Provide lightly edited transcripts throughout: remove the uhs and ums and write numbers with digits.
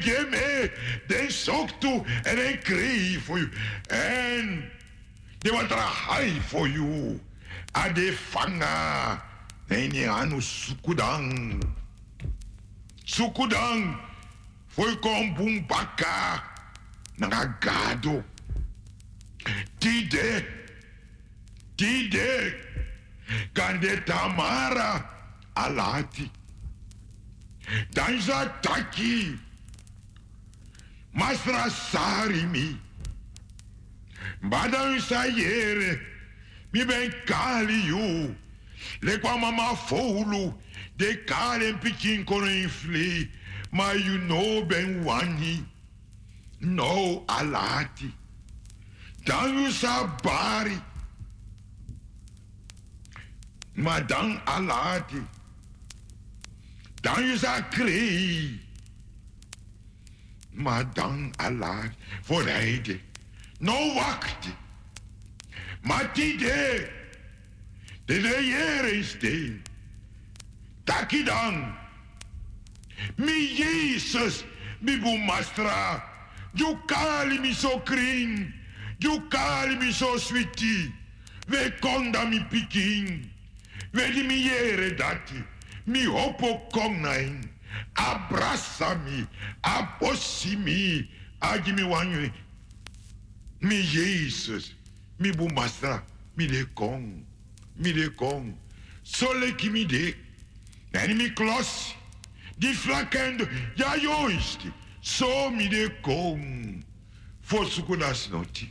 je me, den sok toe en den kreeg voor je. En de wat rahai voor je. Ade fanga. Nee, nie anu sukudang. Sukudang. Foi com bumbaka. Nagado. Tide. Kande tamara. Alati. Danza taki. Masra sarimi. Bada usayere. Mi ben kali you. Le kwa mama foulu. De karen pikin kono infli. Maar you know ben wani. No alati. Dan you sabari. Maar dan alati. Dan you sa krei. Maar dan alati. Voorrijden. No wachten. Maar die de. De jere is de. Taki dan. Mi Jezus, mi bumastra. You kali mi so kring. You kali mi so sweetie. We konda mi piking. We di mi jere dati. Mi hopo konnain. Abrassa mi. Apossi mi. Agi mi wanyu. Mi Jezus, mi bumastra. Mi de kong. Mi de kong. Sole ki mi de. En mi klos. Die vlakkende, ja juist. Zo mi de kong. Voor sukudas noti.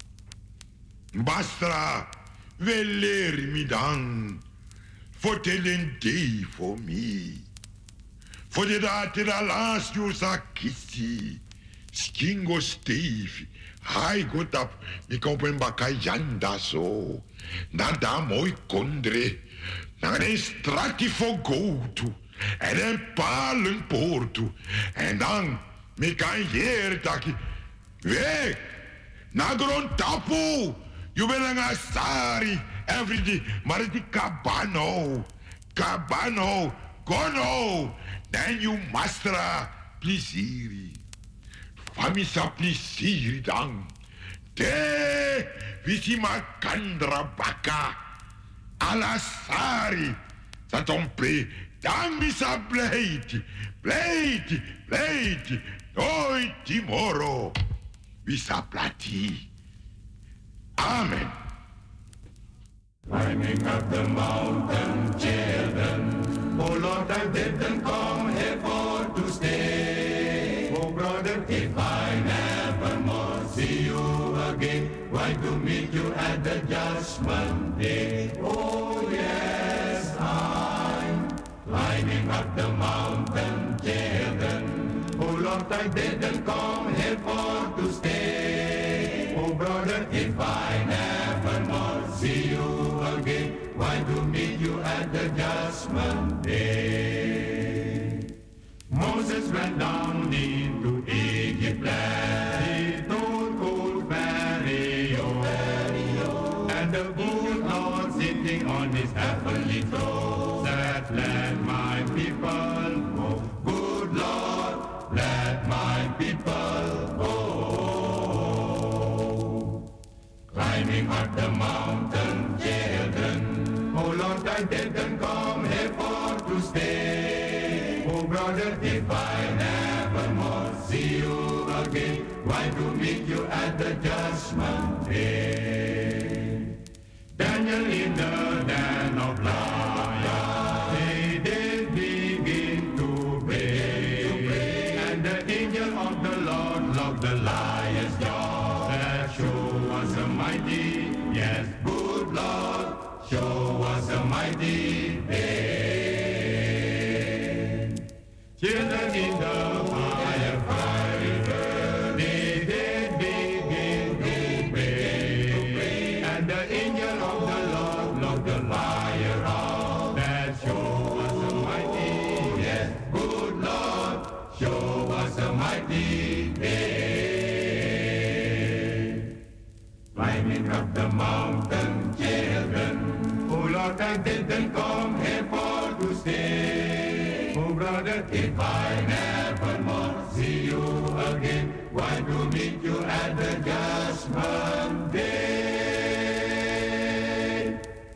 Bastra, we leer mi dan. Voor te den day voor me. Voor de date da last you sa kissi. Skingo stevi. Hai gotap, mi kompen bakai janda so. Nada mooi kondre. Na een strati voor go-to. En een palenpoortu. En dan, me kan je taki. Weg! Na grond tapu! Je bent een asari. Everyday. Maar die cabano. Cabano. Gono. Dan you mastra. Pleziri. Famisa pleziri dan. De. Visi makandra baka. Alasari. Satompe. Dan bisa pleiti, nooit timoro, bisa plati. Amen. Climbing up the mountain, children. Oh Lord, I didn't come here for to stay. Oh brother, if I never more see you again, why to meet you at the judgment day? Oh yes, climbing up the mountain, children. Oh Lord, I didn't come here for to stay. Oh brother, if I never more see you again, why to meet you at the judgment day? Moses went down into Egypt land. He told old Pharaoh, and the good Lord sitting on his heavenly throne said, let my people go. Good Lord, let my people go. Climbing up the mountain, children. Oh Lord, I didn't come here for to stay. Oh brother, if I never more see you again, why to meet you at the judgment day? Daniel in the den of lions, they did begin to pray. And the angel of the Lord locked the lion's jaw. Said, show us a mighty, yes, good Lord, show us a mighty day. Children in the fire, they did begin to pray. And the angel of the Lord locked the liar out. That show us a mighty, yes, good Lord, show us a mighty day. Climbing up the mountain, children. Oh Lord, I didn't come here for to stay. Oh brother, if I never more see you again, going to meet you at the judgment day.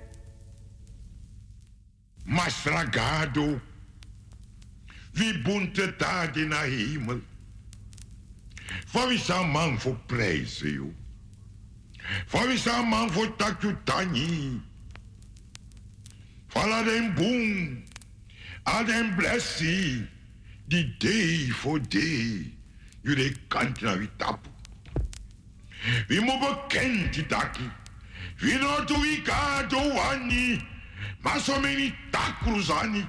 Mastragado, wie bunte taart in de hemel. Van wie zijn man voor prijzen, joh. Van wie zijn man voor takutani. Van den boom, al den blessie, die day voor day, jullie kant naar wie tapu. Wie moet bekend die taki. Wie nou to wie ka do wani, maar zo meni takruzani.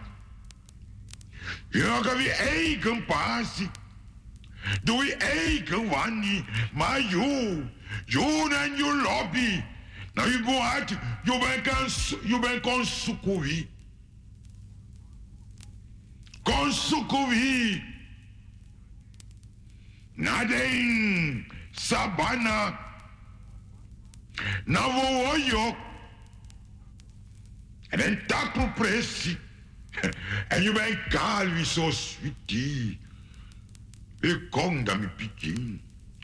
Je wie eigen passie. Doe je eigen wani, maar you en je lobby. Nou, je bent kon sukuwi. Kon sukuwi. Naden sabana. Na woyo. En een tapu pressie. En je bent kaal wie zo sweetie. Ik kom dan met pikin.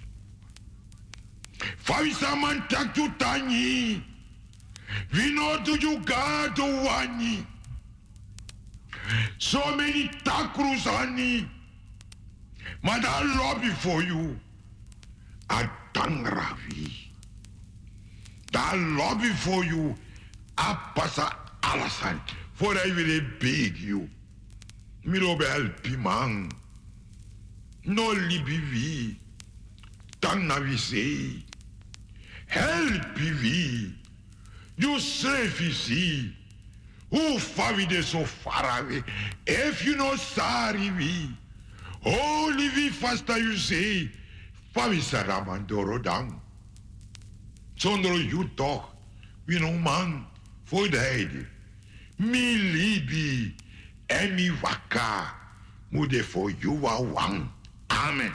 Favisa man taktu tani. We know do you got to wani. So many takrus ani. Maar dat lobby for you. A tangravi. Dat lobby for you. A passa alasan. For I will beg you. Miro be helpi man. No libivi. Tang na vi say. Help vi. You safe see. Who favi de so far away. If you know sorry vi. Oh livi fasta you say. Favi saramandoro dang. Zonder you toch. We no man. Voor de heide. Mi libi. En mi waka. Moet voor you wang. Amen.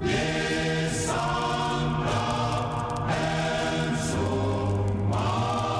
Samba and so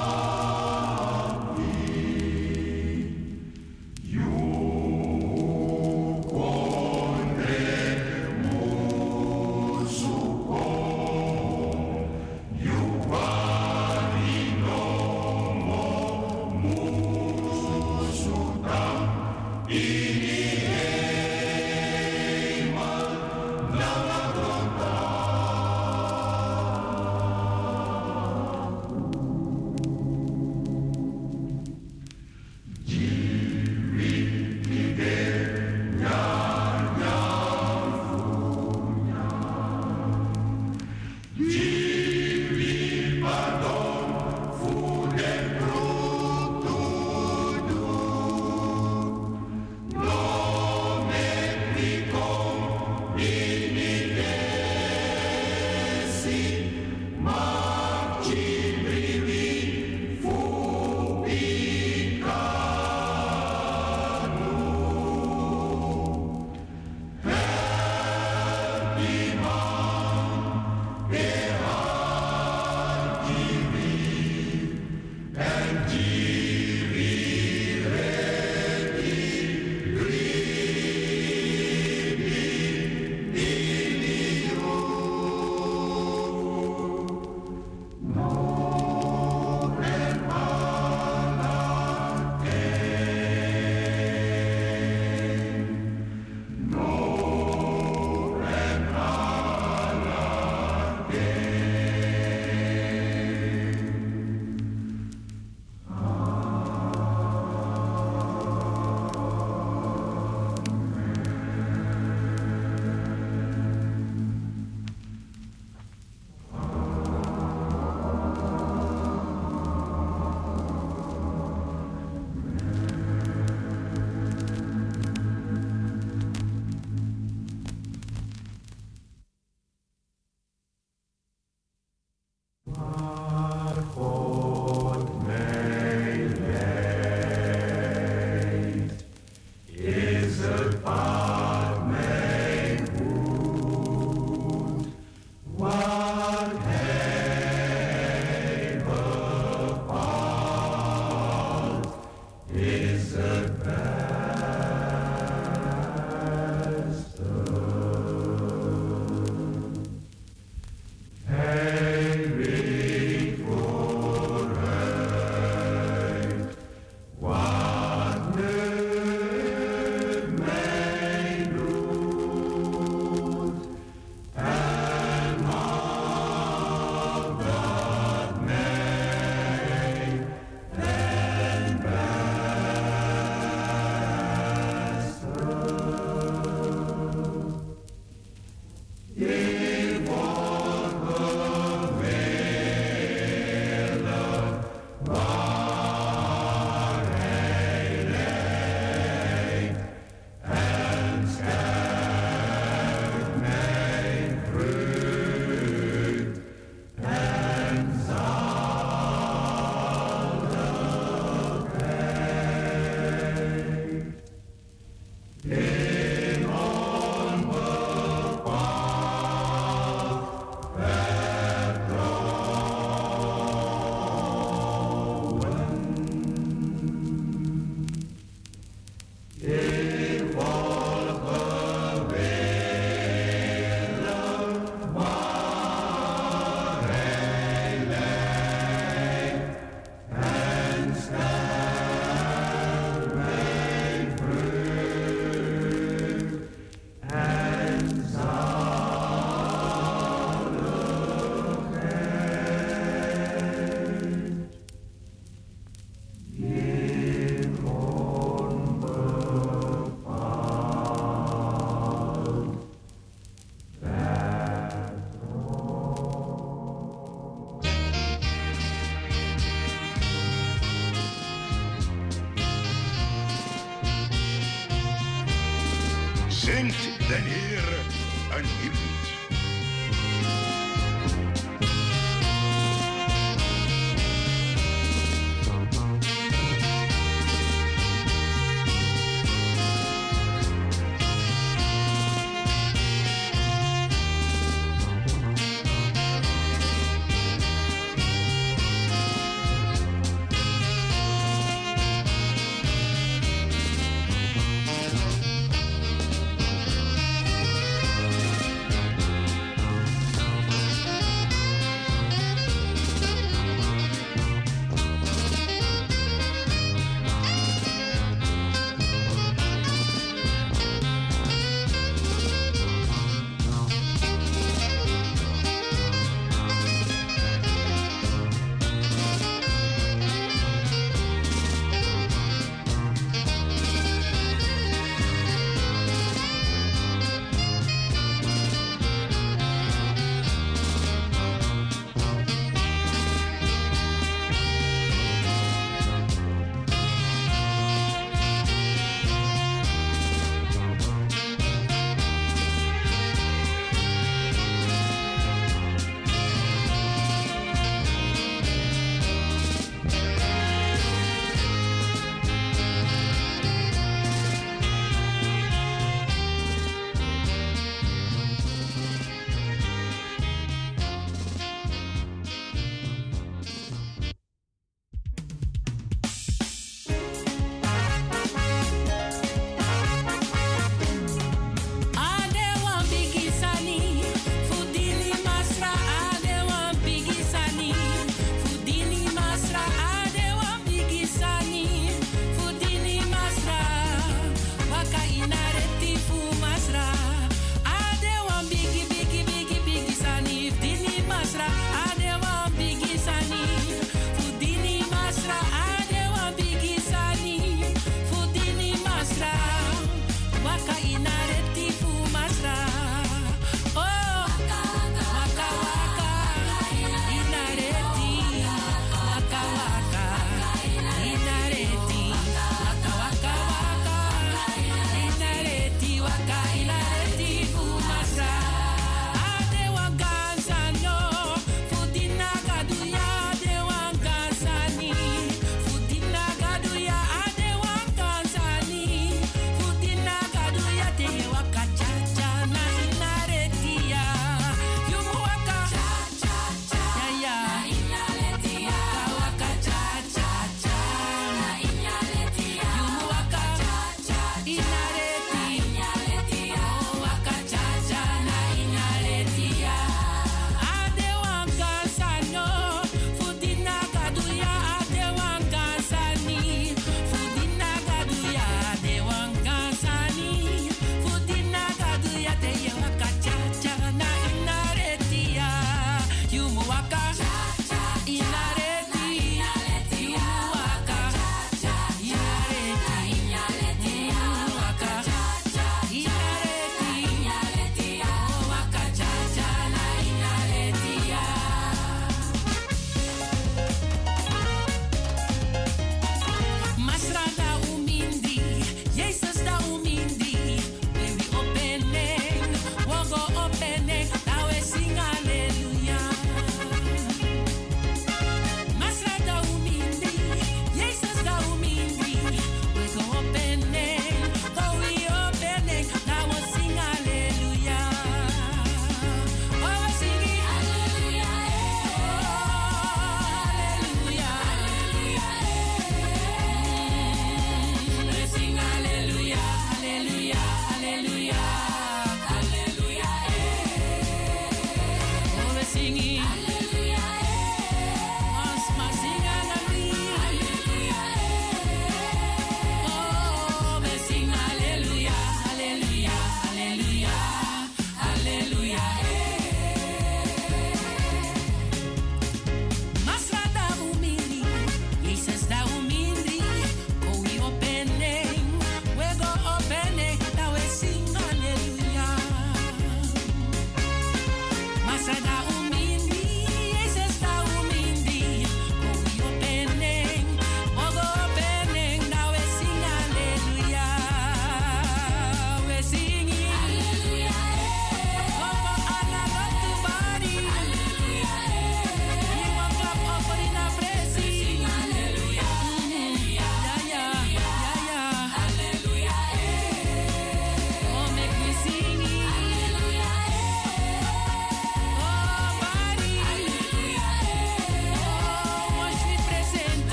schenkt den Heere een hemel.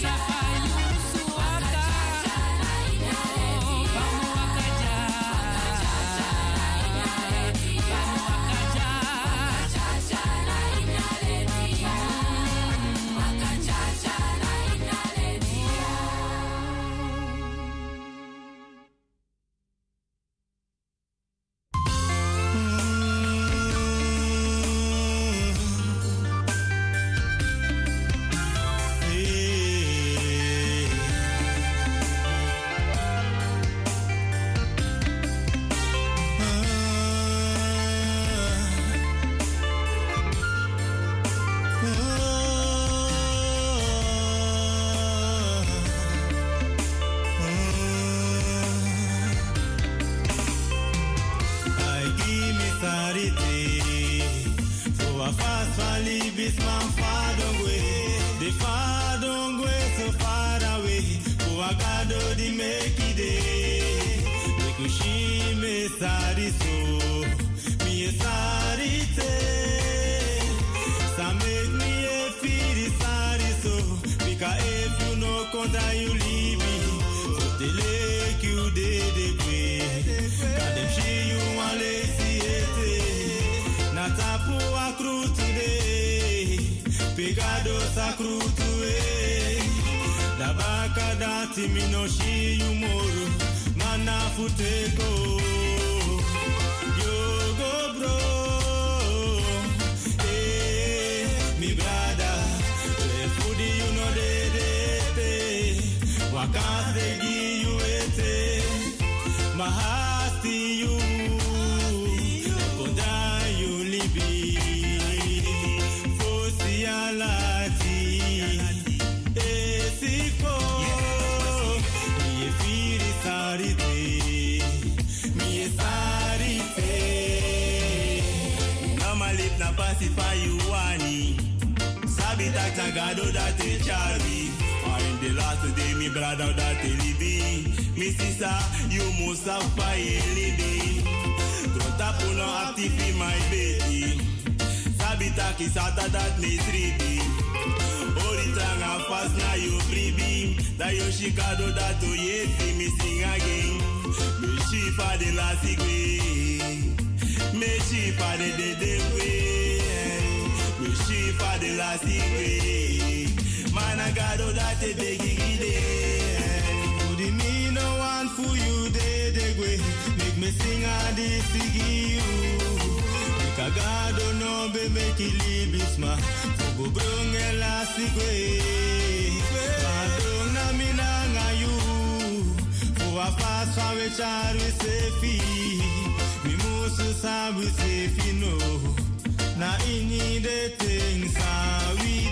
Na ini de things we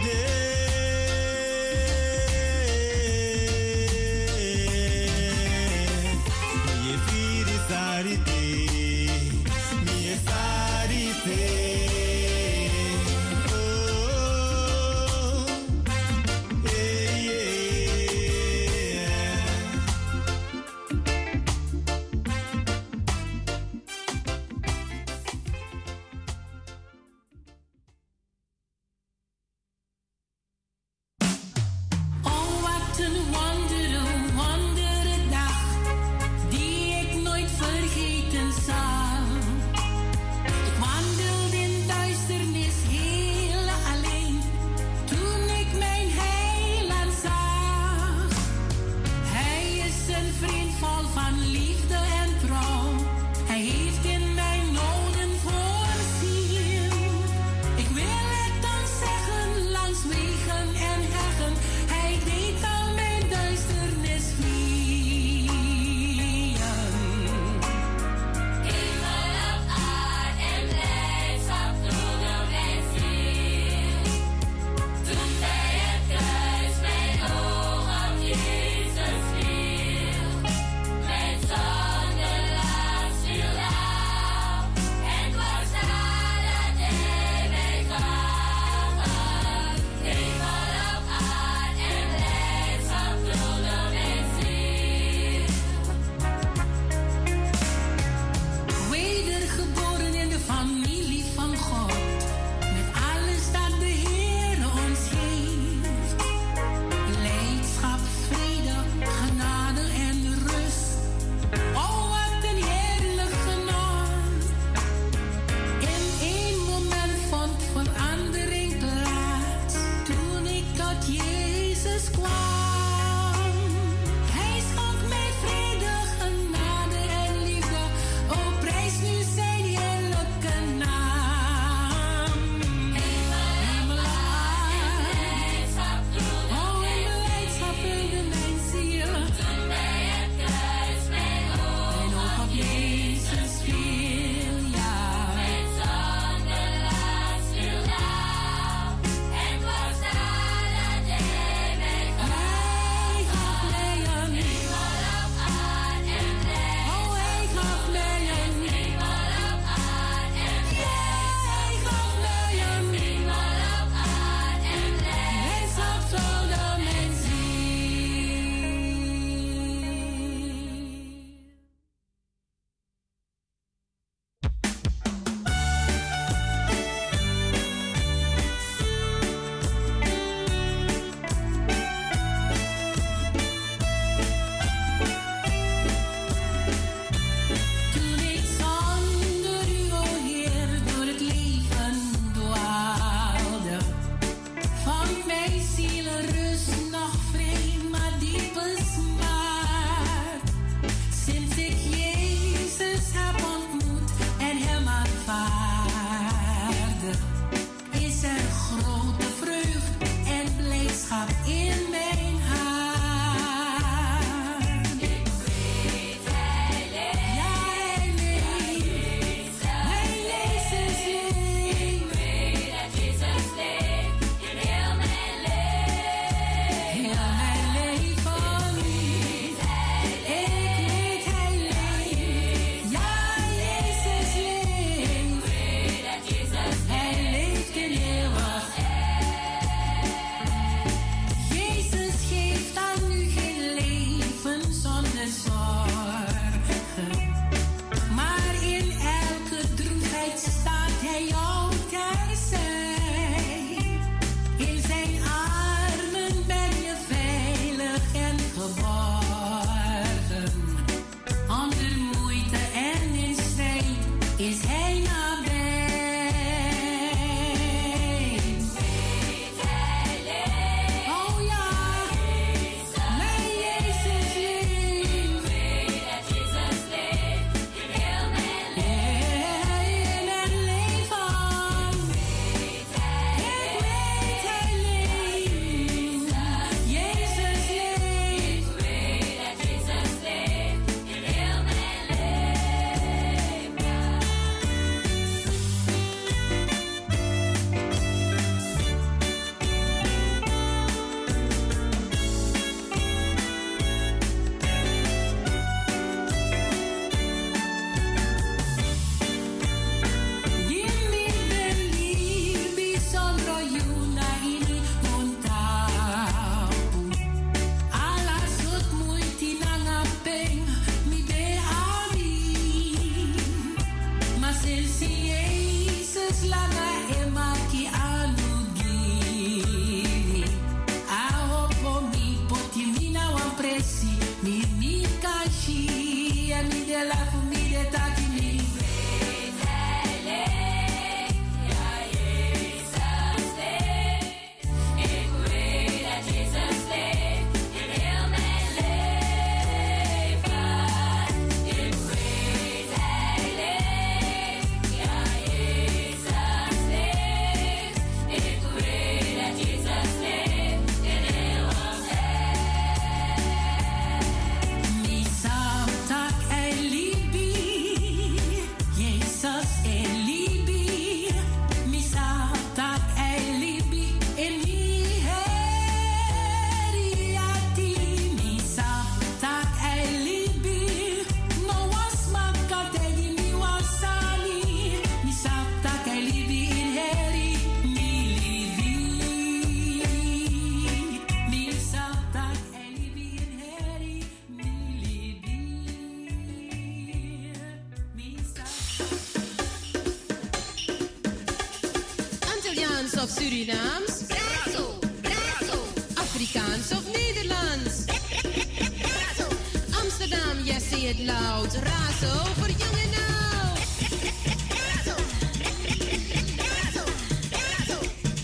of Surinaams? Razo, Razo. Afrikaans of Nederlands? Razo. Amsterdam, yes, say it loud. Razo voor jong en oud. Razo. Razo. Razo.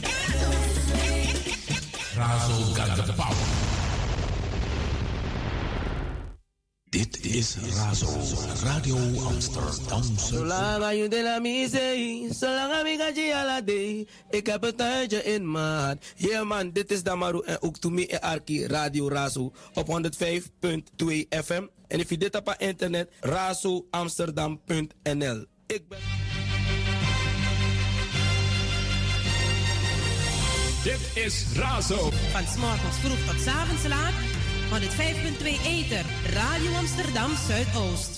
Razo. Razo got the power. Dit is Razo, Radio Amsterdamse. Zolang aan je de la misee, zolang aan ik aan je alade, ik heb een tuintje in maat. Yeah man, dit is Damaru en ook to me en Arki Radio Razo op 105.2 FM. En if je dit op internet, razoamsterdam.nl. Ik ben... Dit is Razo. Van 's morgens vroeg tot 's avonds laat. 105.2 Ether, Radio Amsterdam Zuidoost.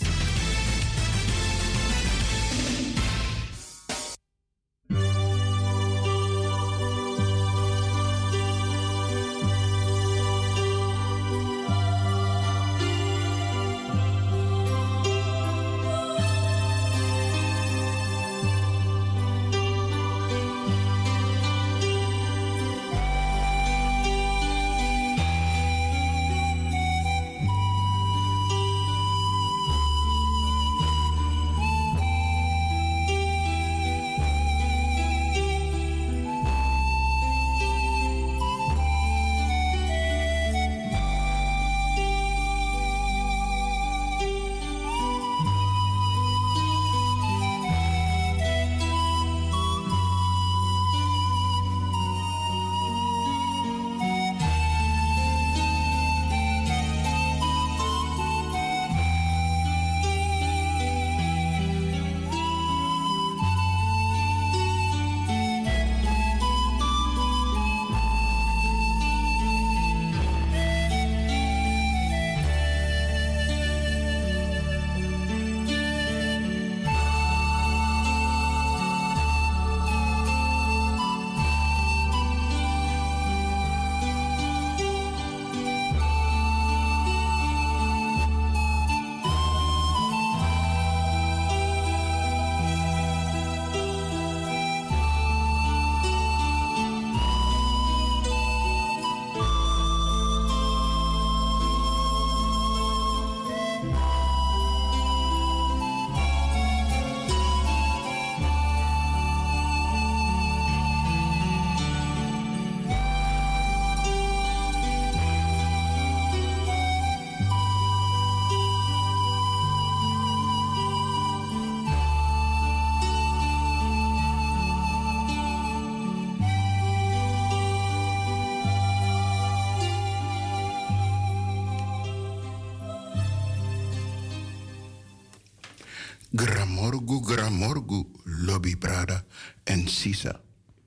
Gramorgu, Lobby Prada en Sisa.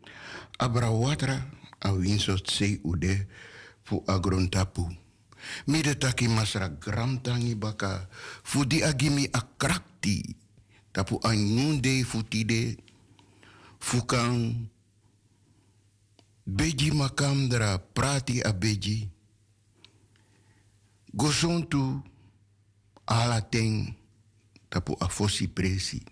Abrawatra, a winsot se ude, fu agrontapu. Mide taki masra gramtangi baka, fu di agimi akrakti, tapu anyunde futide, fu kan beji makamdra prati a beji, gosontu alateng, tapu a fossi presi.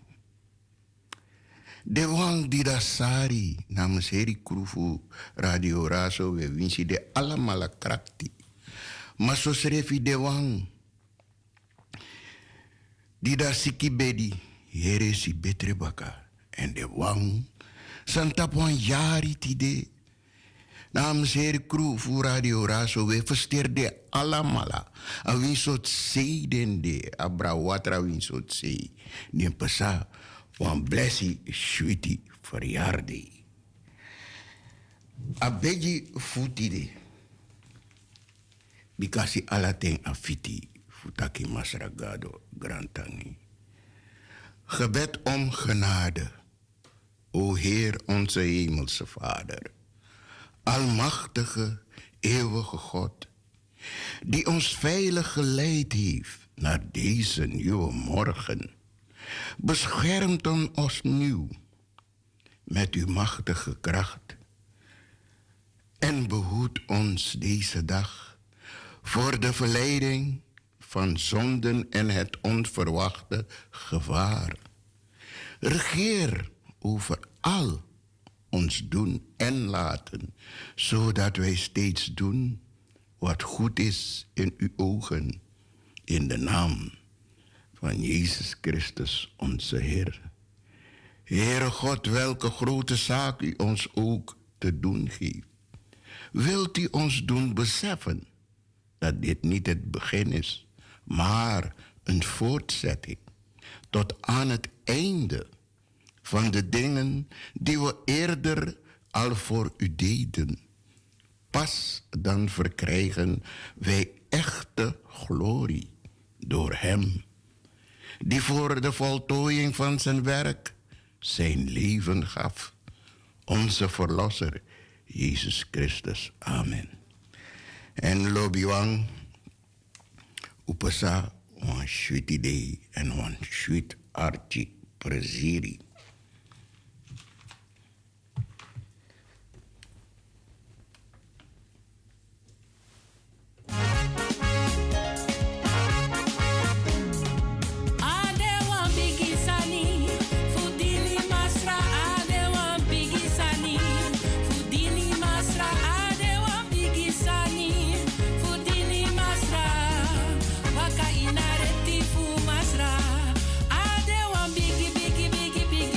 De wang di dasari namens Heri Krufu Radio Razo we winsi de alamala krakti. Maso srefi de wang di da siki bedi here si betre baka. En de wang santapuan jari tide namens Heri Krufu Radio Razo we versteerde alamala. A winsot sei dende abra watra winsot sei. Nien pesa wan blessi sweetie verjaarde. A beji futide. Bikasi alaten afiti futaki masragado grantangi. Gebed om genade, o Heer onze hemelse Vader. Almachtige, eeuwige God, die ons veilig geleid heeft naar deze nieuwe morgen. Beschermt ons nu met uw machtige kracht en behoedt ons deze dag voor de verleiding van zonden en het onverwachte gevaar. Regeer over al ons doen en laten, zodat wij steeds doen wat goed is in uw ogen, in de naam van Jezus Christus, onze Heer. Heere God, welke grote zaak u ons ook te doen geeft. Wilt u ons doen beseffen dat dit niet het begin is, maar een voortzetting tot aan het einde van de dingen die we eerder al voor u deden. Pas dan verkrijgen wij echte glorie door Hem, die voor de voltooiing van zijn werk zijn leven gaf. Onze Verlosser, Jezus Christus. Amen. En lobiwang, upasa, wan sweet idee en wan sweet archie preziri. Biggie, biggie, biggie, biggie.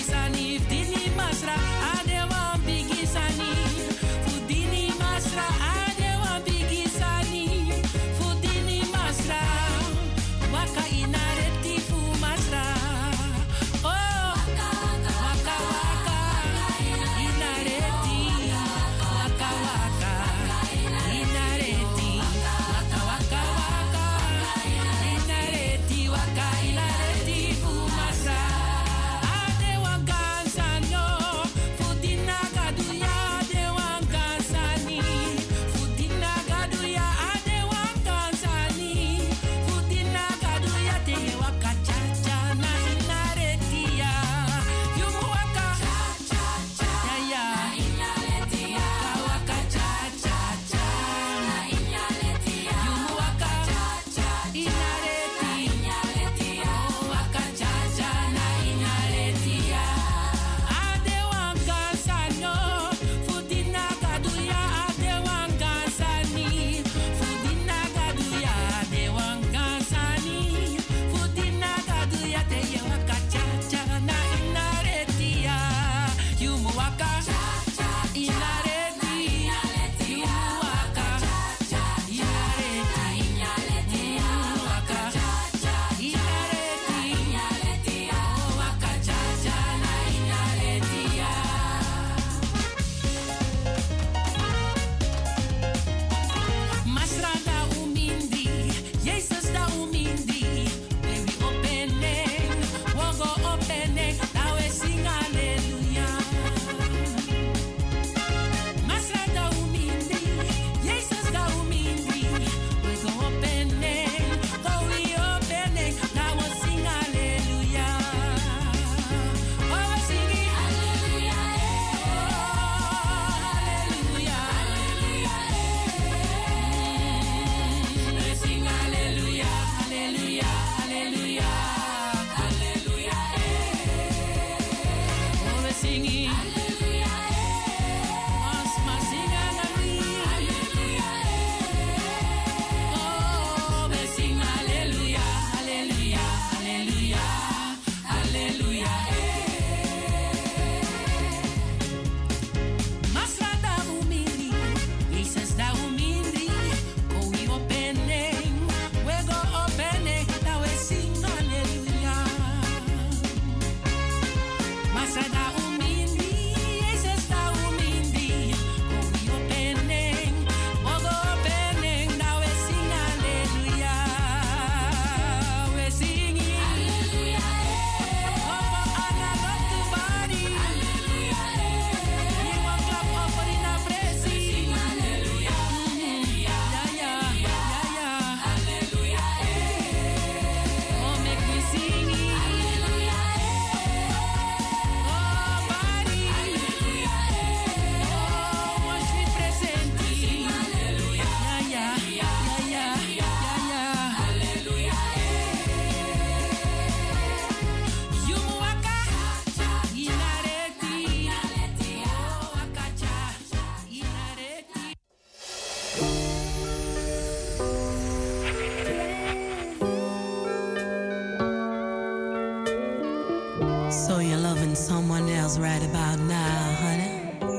So you're loving someone else right about now, honey?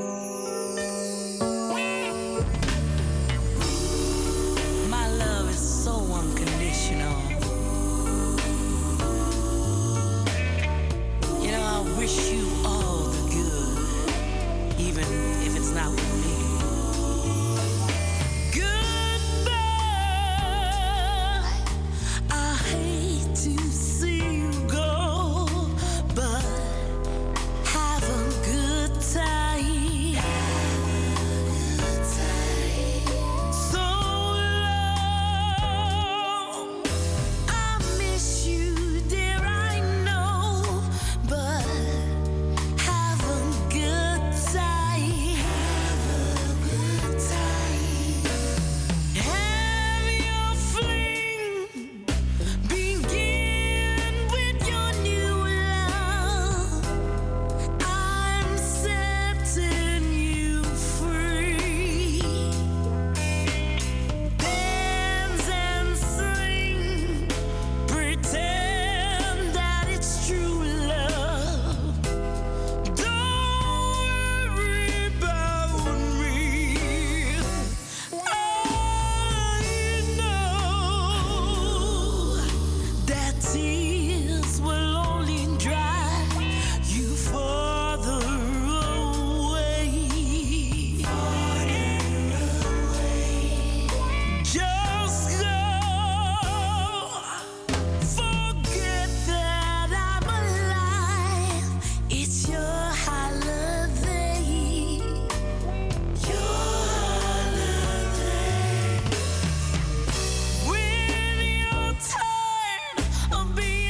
My love is so unconditional. You know, I wish you all the good, even if it's not with me. Goodbye. I hate to see you go, but have a good time. So long. I miss you, dear, I know, but have a good time. Have your fling. Begin with your new love. I'm setting you free. Dance and sing. Pretend that it's true love. Don't worry about me. I know that tears will only drive you farther away. Just go. Forget that I'm alive. It's your holiday. Your holiday. When you're tired of being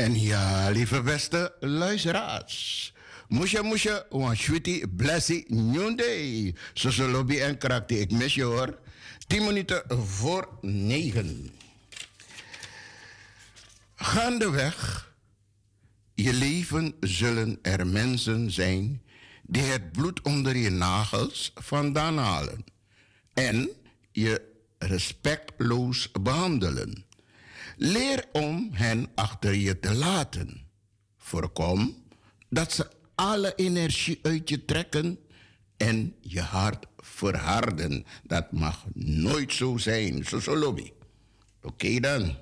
En ja, lieve beste luisteraars. Moesje, wan shwiti, blessie, new day. Zoals lobby en krakte, ik mis je hoor. 10 minuten voor 9. Gaandeweg je leven zullen er mensen zijn die het bloed onder je nagels vandaan halen. En je respectloos behandelen. Leer om hen achter je te laten. Voorkom dat ze alle energie uit je trekken en je hart verharden. Dat mag nooit zo zijn. Zo lobby. Oké dan.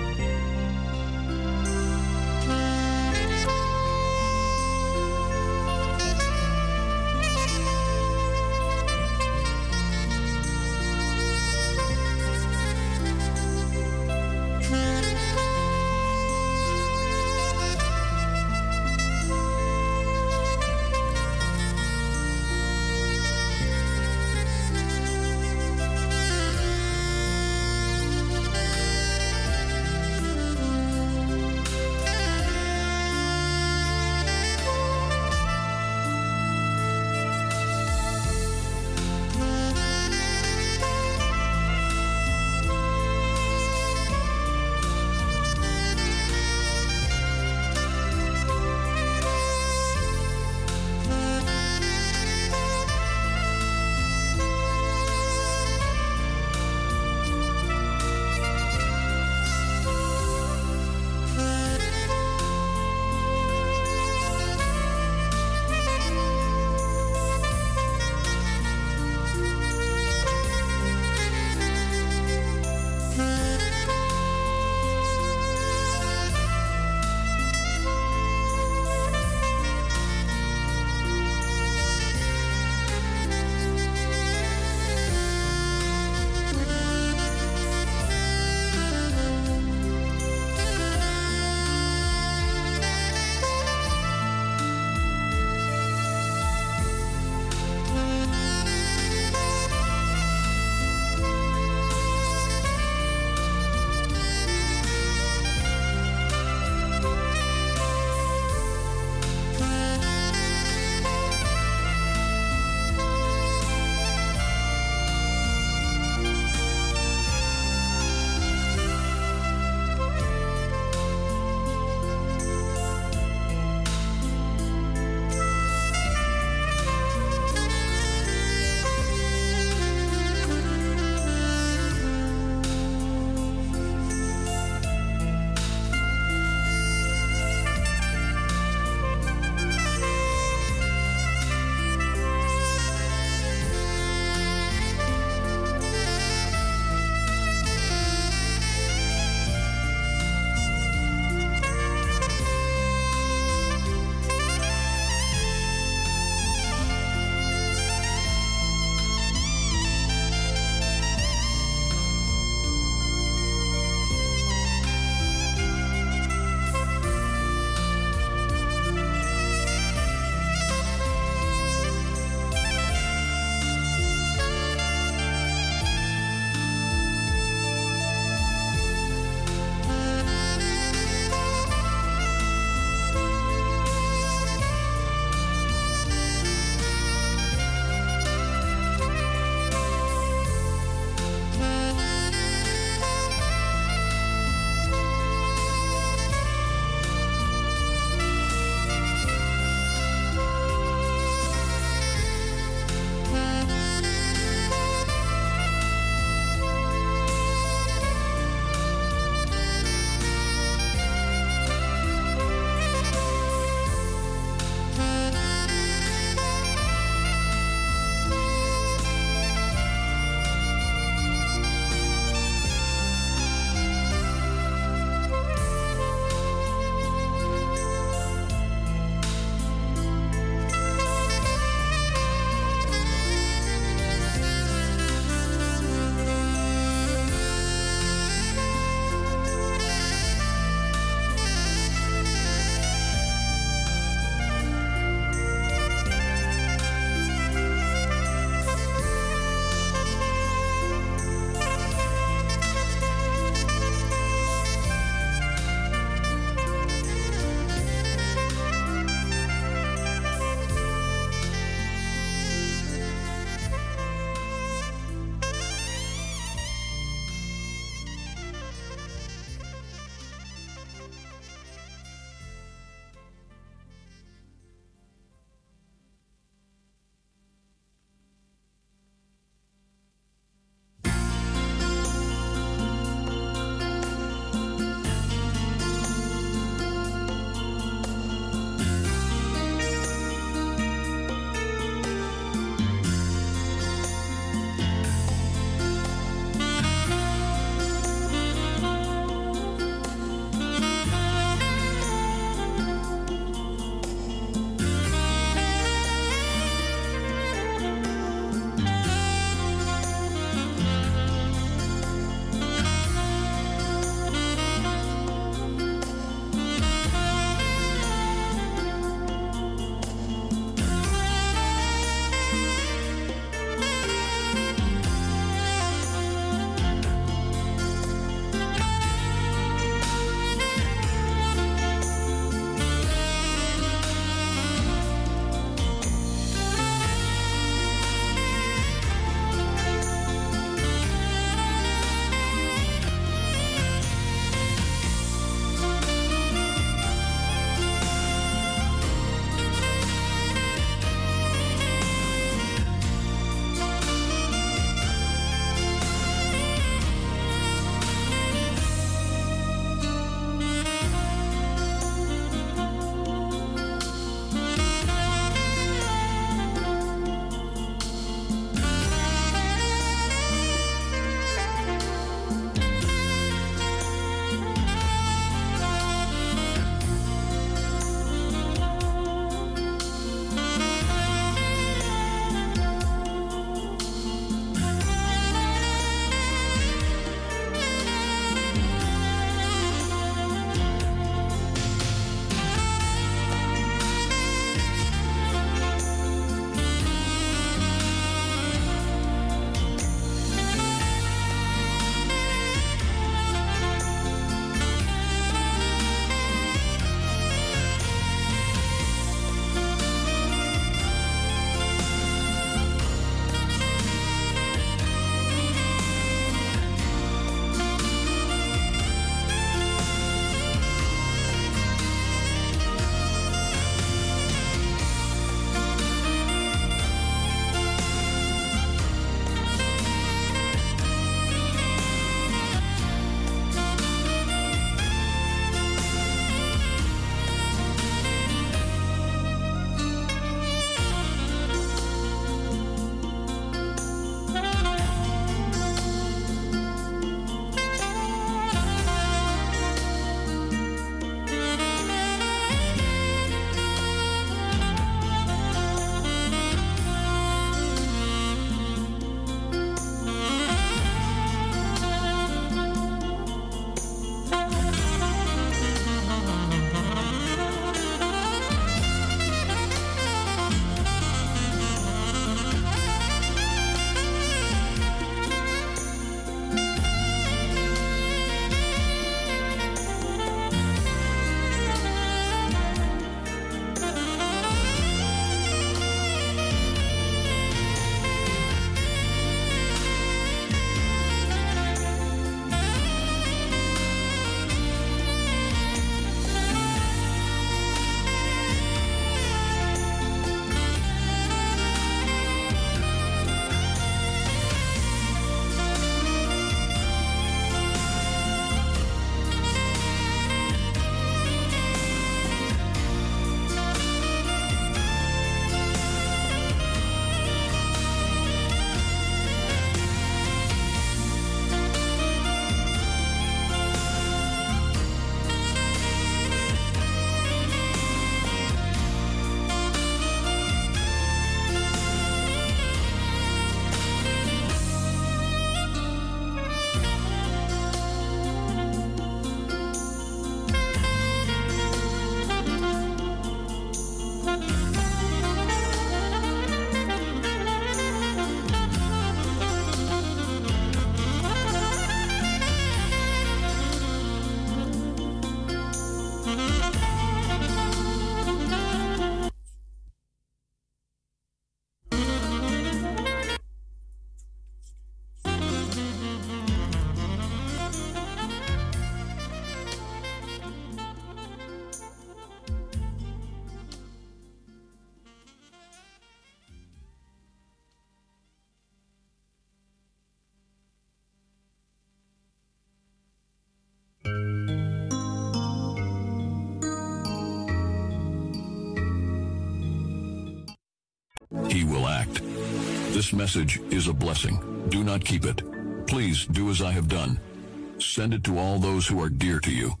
fact. This message is a blessing. Do not keep it. Please do as I have done. Send it to all those who are dear to you.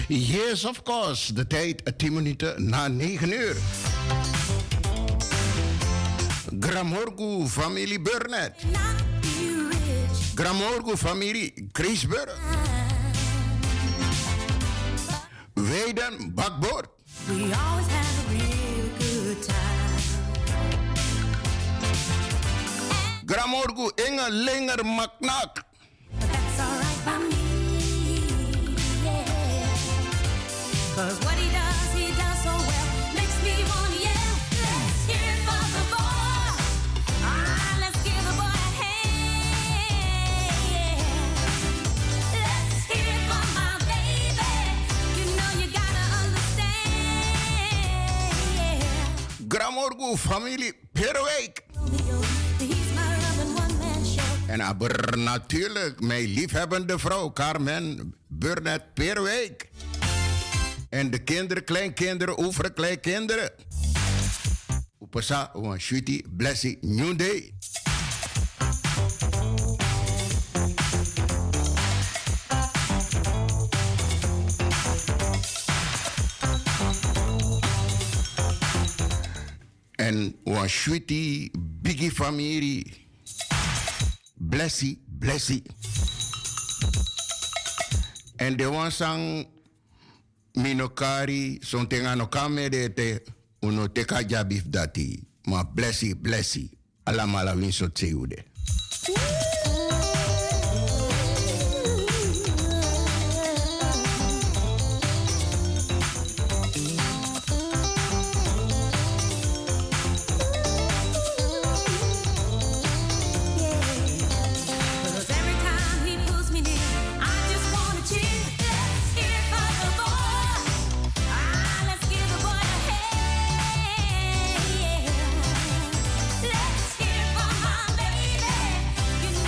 Yes, of course. De tijd 10 minuten na 9 uur. Gramorgu, familie Burnett. Gramorgu, familie Griesburg. Weiden, bakboord. We always have a real good time. Gramorgu, Inge, Linger, Maknak. But that's alright by me, yeah. 'Cause what he does so well. Makes me wanna yell. Let's hear it for the boy. Ah, let's give the boy a hand, yeah. Let's hear it for my baby. You know you gotta understand, yeah. Gramorgu, familie Perwijk. He's my love and one man show. En aber natuurlijk mijn liefhebbende vrouw Carmen Burnett Perwijk. En de kinderen, kleinkinderen, overkleinkinderen. Upasa, een sweetie, blessing, new day. En een sweetie, biggie familie. Blessing. En de wansang minokari son tenga no kamede te uno teka jabif dati. Ma blessing. Ala mala winso tseude. Let's hear it for my baby.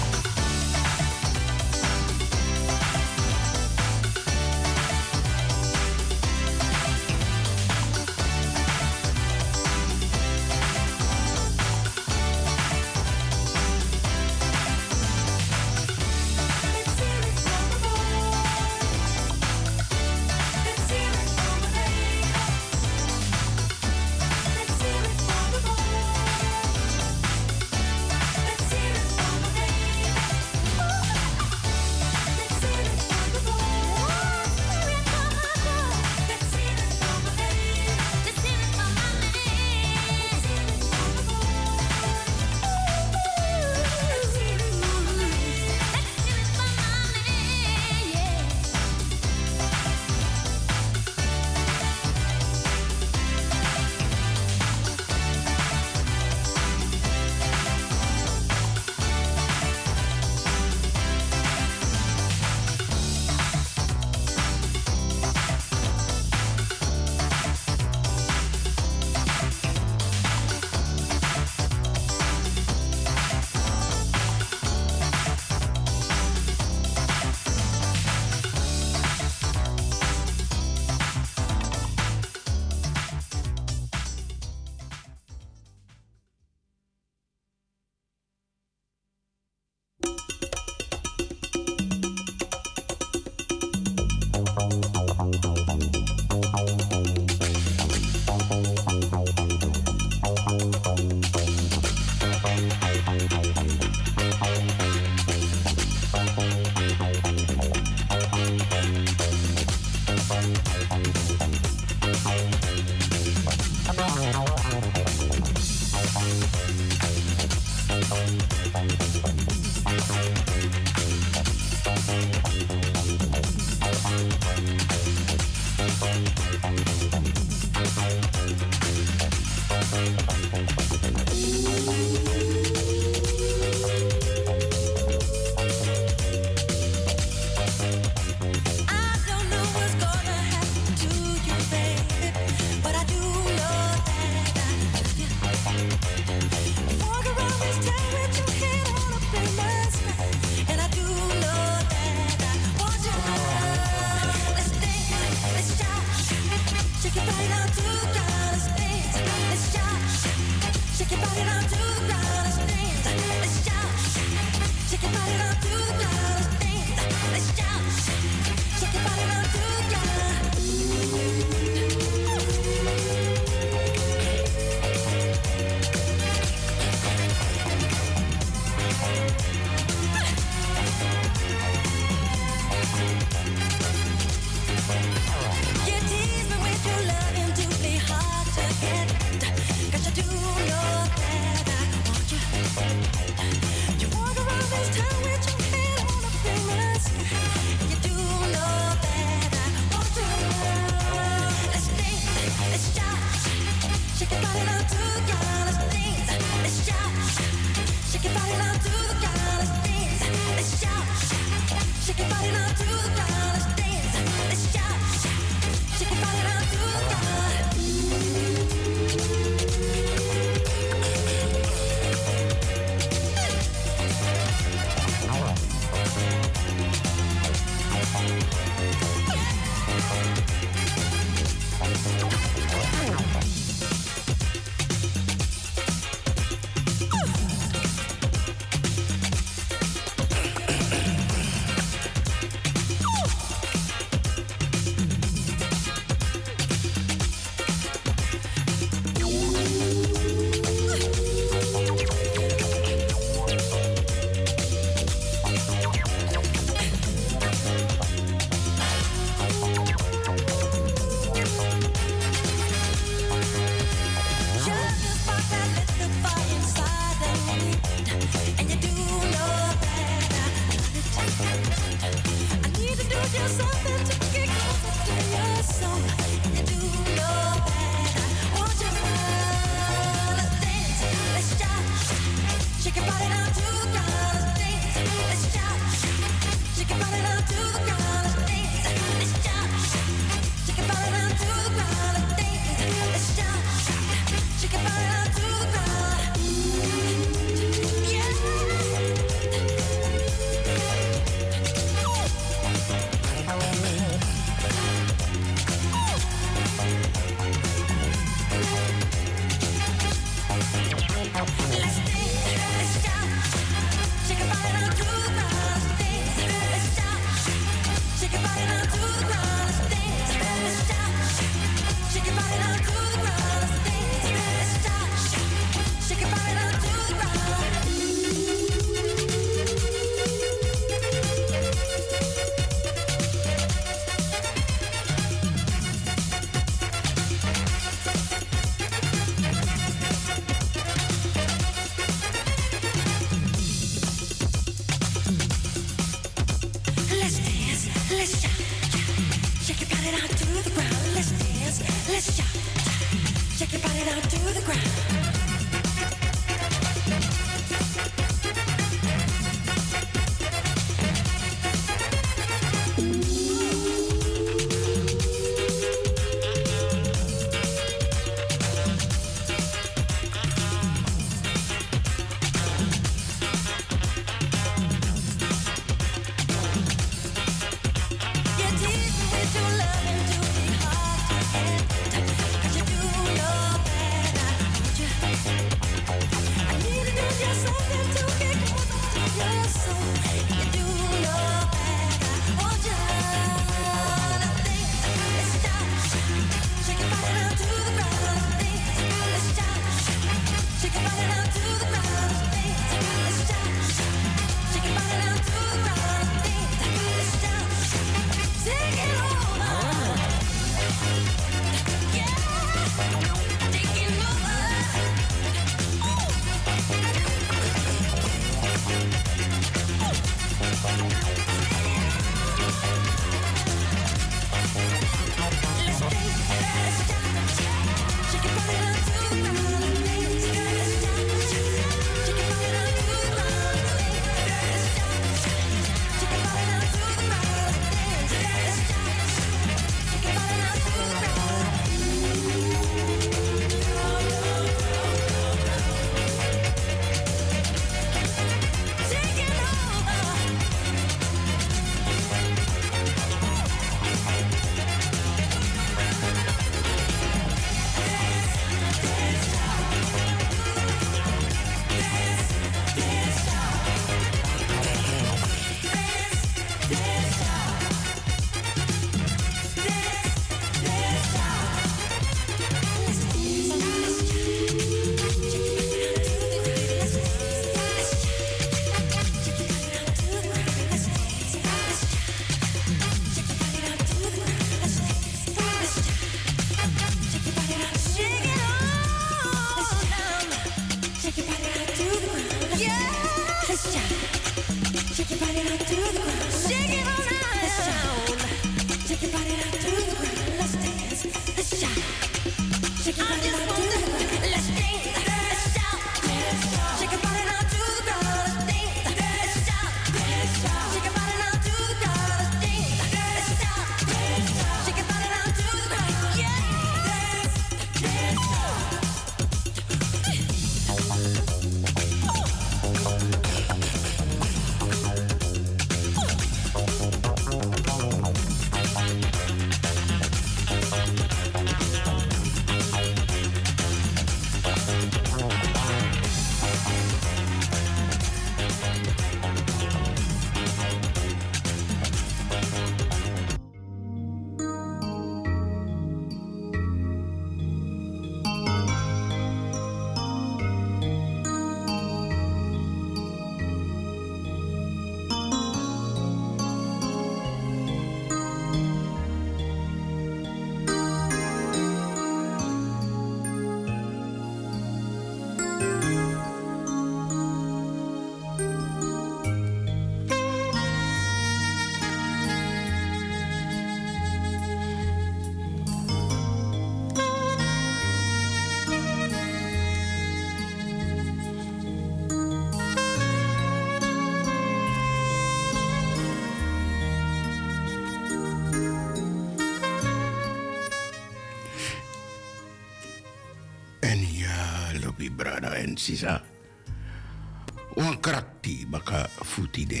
brada en sisa. Wan krakti baka futide.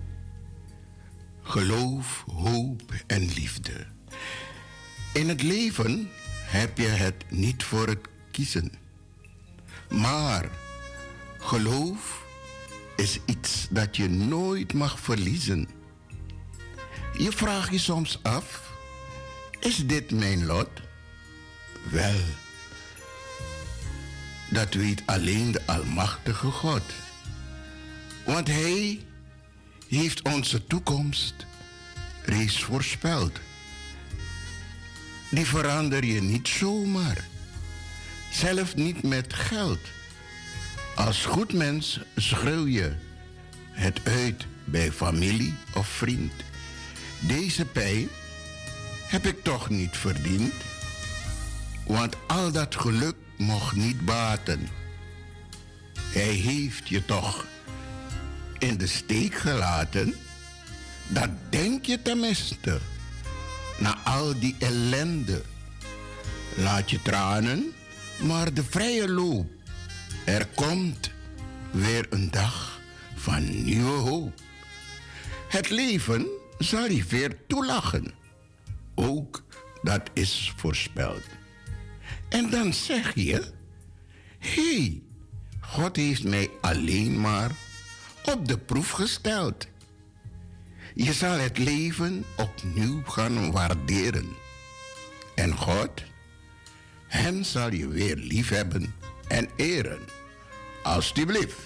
Geloof, hoop en liefde. In het leven heb je het niet voor het kiezen. Maar geloof is iets dat je nooit mag verliezen. Je vraagt je soms af, is dit mijn lot? Wel, dat weet alleen de Almachtige God. Want Hij heeft onze toekomst reeds voorspeld. Die verander je niet zomaar. Zelf niet met geld. Als goed mens schreeuw je het uit bij familie of vriend. Deze pijn heb ik toch niet verdiend. Want al dat geluk mocht niet baten. Hij heeft je toch in de steek gelaten. Dat denk je tenminste. Na al die ellende. Laat je tranen, maar de vrije loop. Er komt weer een dag van nieuwe hoop. Het leven zal je weer toelachen. Ook dat is voorspeld. En dan zeg je, hé, God heeft mij alleen maar op de proef gesteld. Je zal het leven opnieuw gaan waarderen. En God, hem zal je weer liefhebben en eren. Alsjeblieft.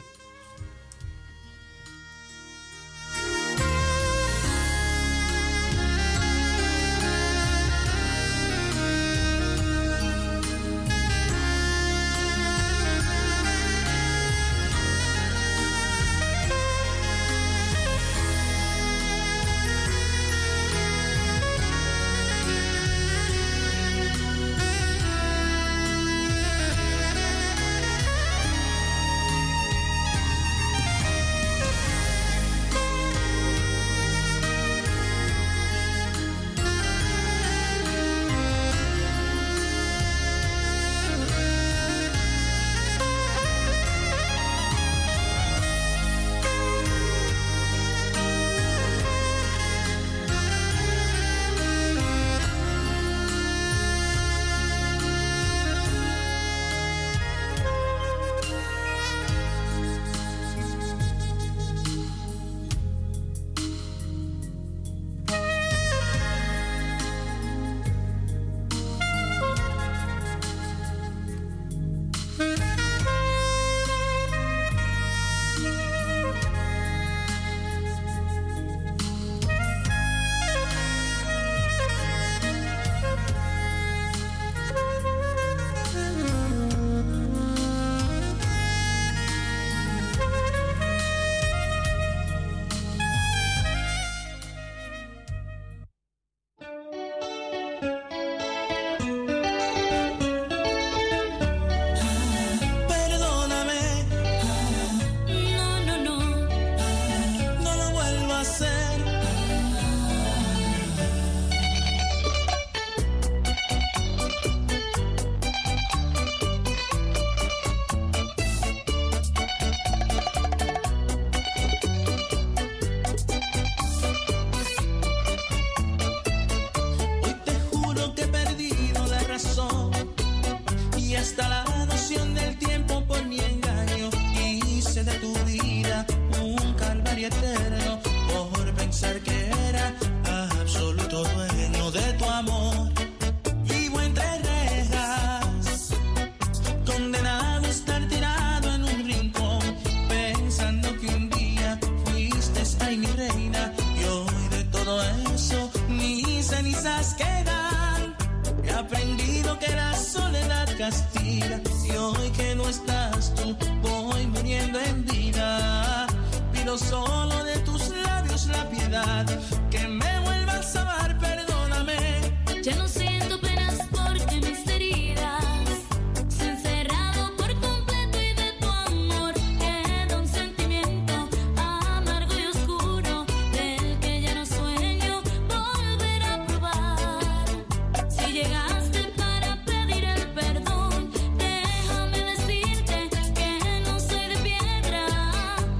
hasta la noción del tiempo por mi engaño. Hice de tu vida un calvario eterno por pensar que era absoluto dueño de tu amor. Vivo entre rejas, condenado a estar tirado en un rincón, pensando que un día fuiste ay mi reina, y hoy de todo eso ni cenizas quedan. He aprendido que la soledad castiga, y hoy que no estás tú voy muriendo en vida. Pido solo de tus labios la piedad, que me vuelvas a amar, perdóname. Ya no siento penas porque mis heridas se han cerrado por completo, y de tu amor queda un sentimiento amargo y oscuro del que ya no sueño volver a probar. Si llegaste para pedir el perdón, déjame decirte que no soy de piedra,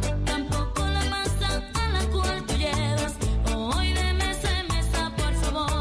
tampoco la masa a la cual tú llevas. Hoy de mesa en mesa, por favor.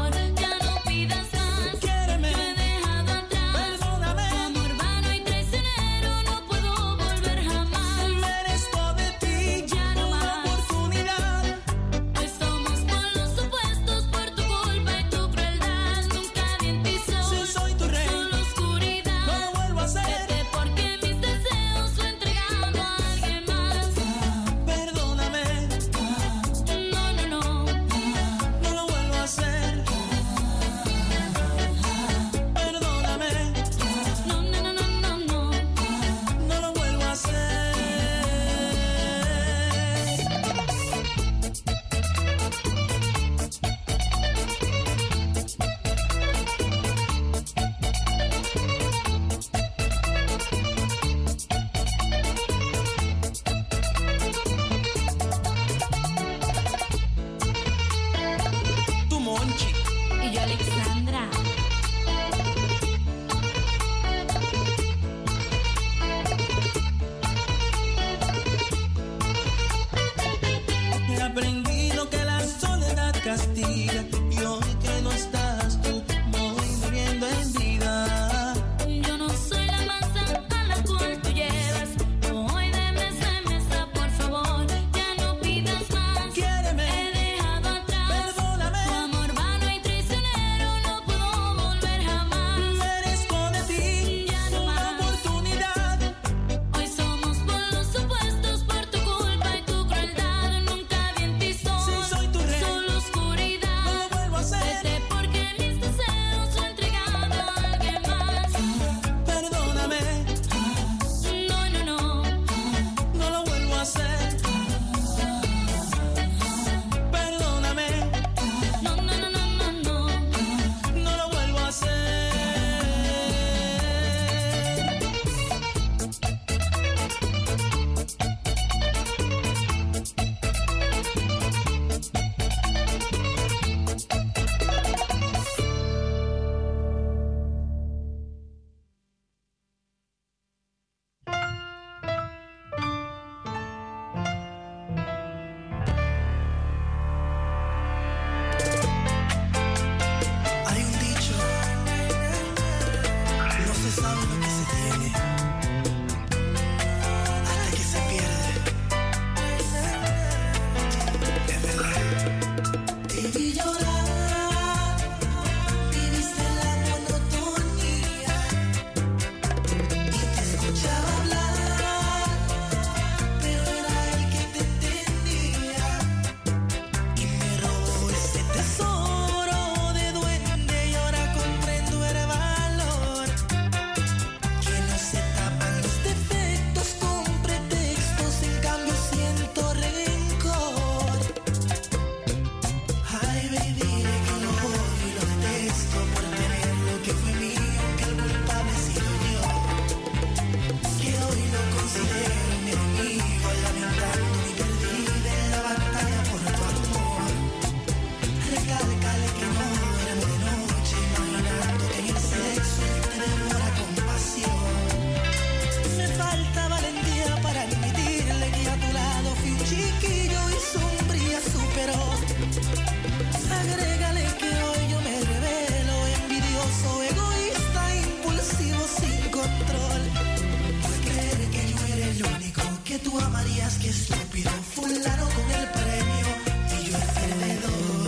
amarías, qué estúpido. Fulano con el premio y yo el perdedor.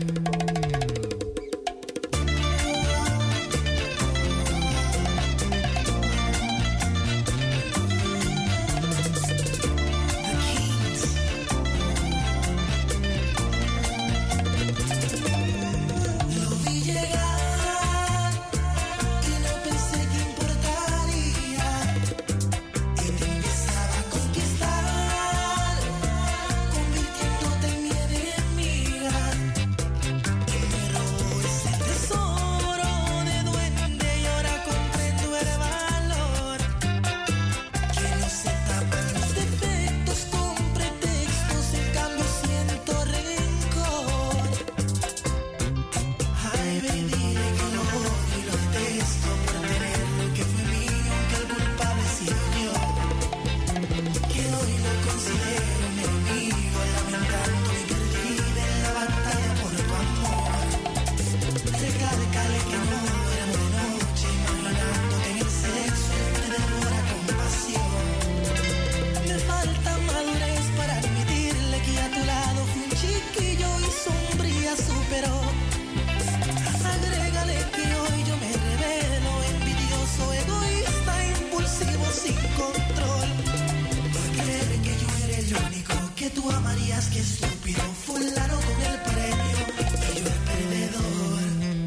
Tú amarías, qué estúpido. Fulano con el premio y yo el perdedor.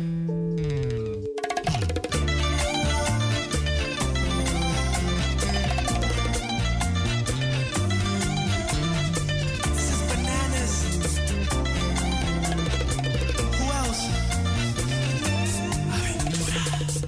This is Bananas. Who else? Aventura.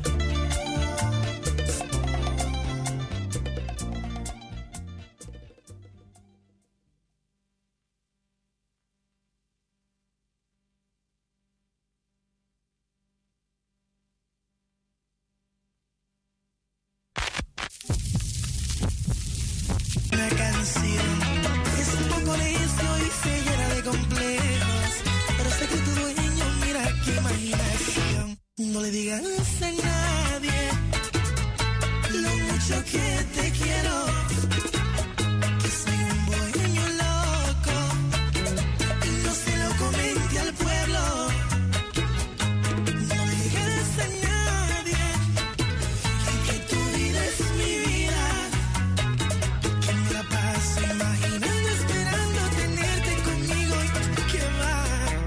Una canción es un poco necio y se llena de complejos, pero sé que tu dueño, mira qué imaginación. No le digas a nadie lo mucho que te quiero, que soy un bohemio loco y no se lo comente al pueblo. No le digas a nadie que tu vida es mi vida, que me la paso imaginando, esperando tenerte conmigo y que va.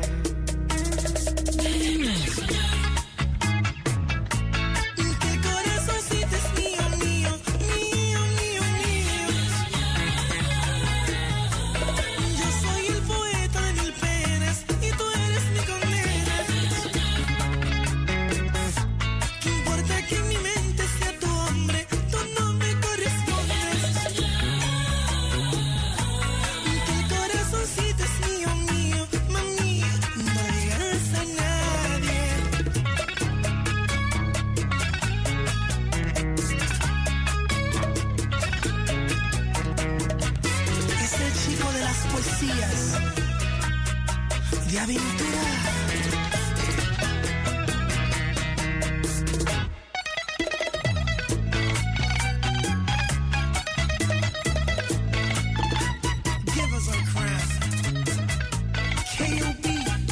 Que el corazoncito es mío, mío, mío, mío, mío. Yo soy el poeta de mil penas y tú eres mi condena. ¿Qué importa que en mi mente sea tu hombre? Tú no me correspondes. Que el corazoncito es mío, mío, mami. No digas a nadie. Es el chico de las poesías de aventura. Give us our crown. K.O.B.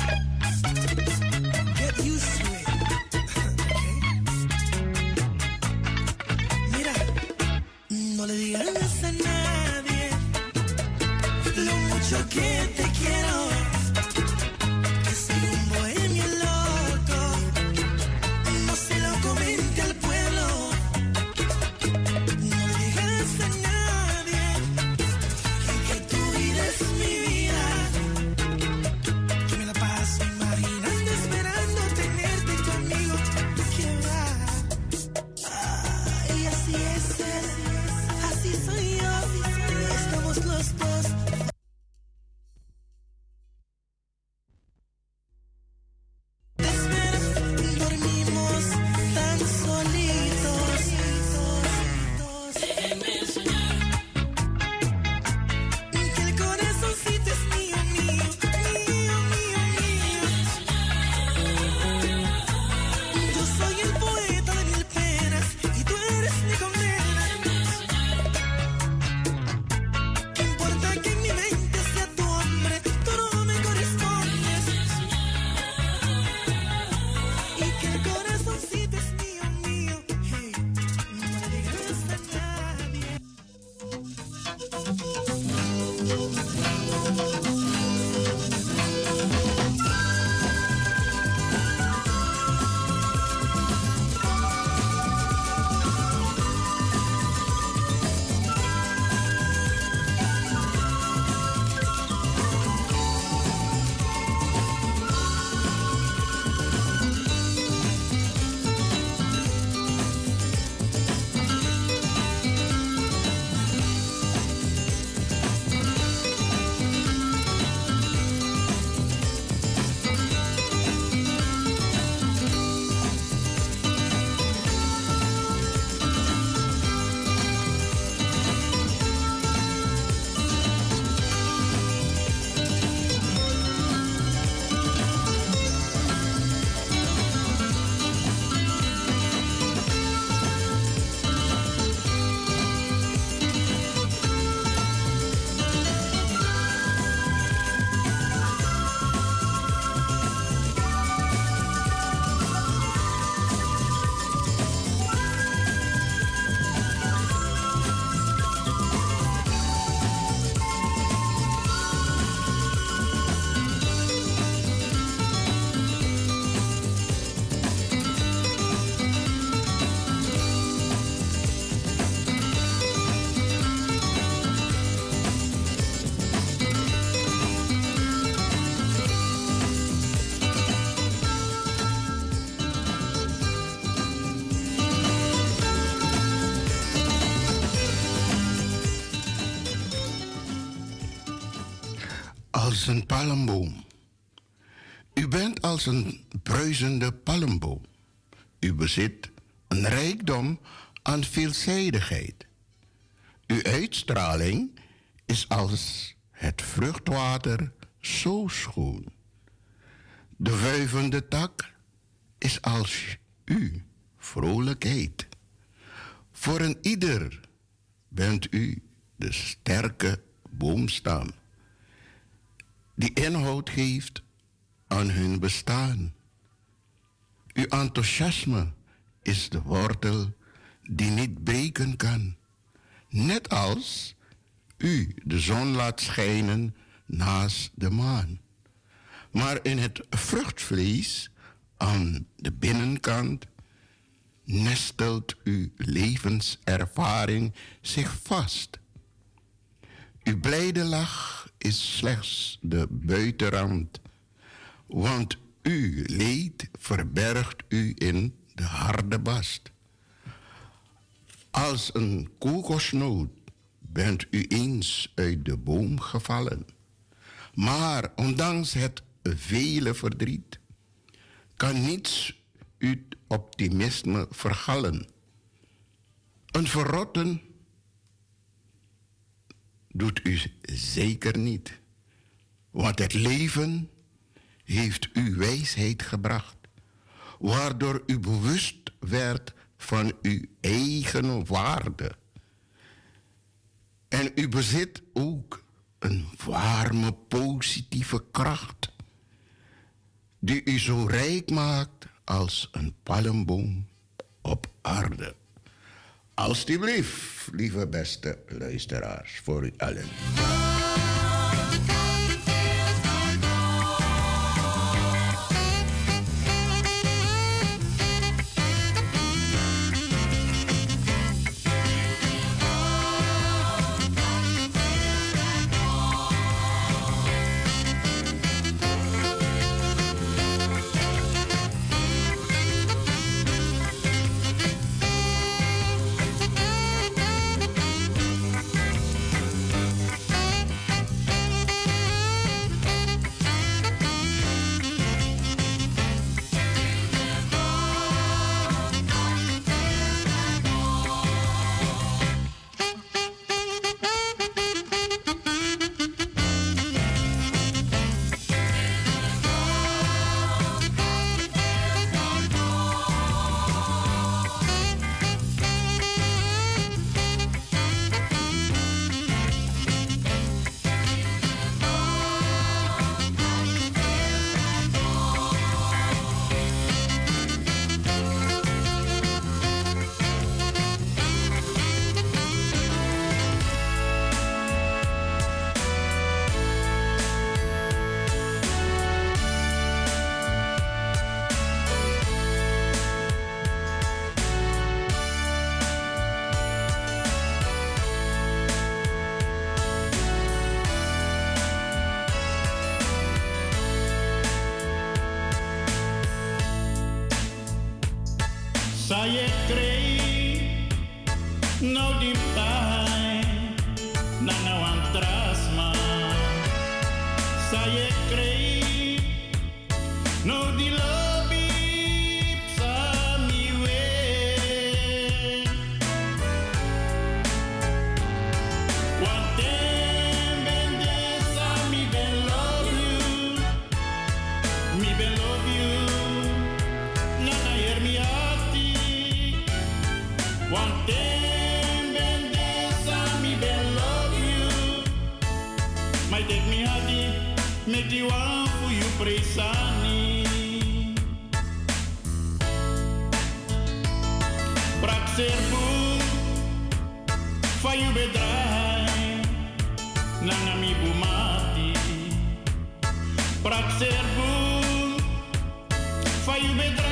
Get used to it. Okay. Mira, no le digas a nadie lo mucho que te quiero, que soy un als een palmboom. U bent als een bruisende palmboom. U bezit een rijkdom aan veelzijdigheid. Uw uitstraling is als het vruchtwater zo schoon. De wuivende tak is als u vrolijkheid. Voor een ieder bent u de sterke boomstam die inhoud geeft aan hun bestaan. Uw enthousiasme is de wortel die niet breken kan. Net als u de zon laat schijnen naast de maan. Maar in het vruchtvlees aan de binnenkant nestelt uw levenservaring zich vast. Uw blijde lach is slechts de buitenrand, want uw leed verbergt u in de harde bast. Als een kokosnoot bent u eens uit de boom gevallen, maar ondanks het vele verdriet kan niets uw optimisme vergallen. Een verrotten doet u zeker niet, want het leven heeft u wijsheid gebracht, waardoor u bewust werd van uw eigen waarde. En u bezit ook een warme, positieve kracht die u zo rijk maakt als een palmboom op aarde. Alsjeblieft, lieve beste luisteraars, voor u allen. Saya crei no di pai na wan trasma. Saya crei no di lobby sa mi we. One day bende sa mi ben love you, mi ben love you. Na hear me out. One day, me ben love you. My take me hadi, make you one for you presani. Prak serbu, fa you bedrai, nana mi bumati. Prak serbu, fa you bedrai.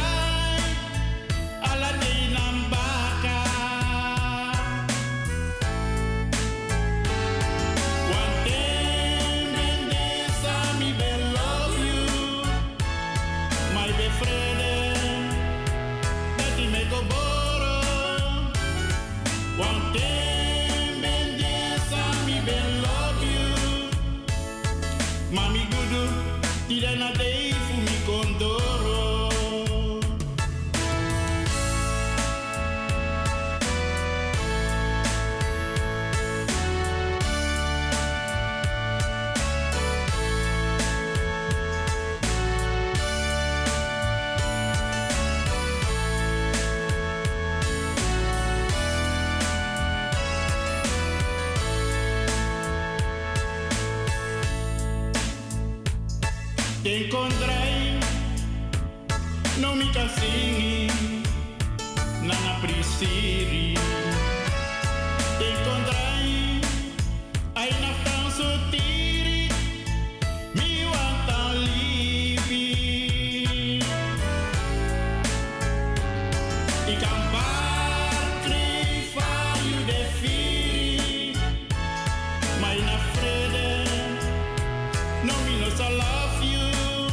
Mami encontrai, no mi casingi, nana prisiri. Encontrai, ai na tanso tiri, mi wanta libi. I kan bakri fa you de firi, maar na vrede, no mi no so love you.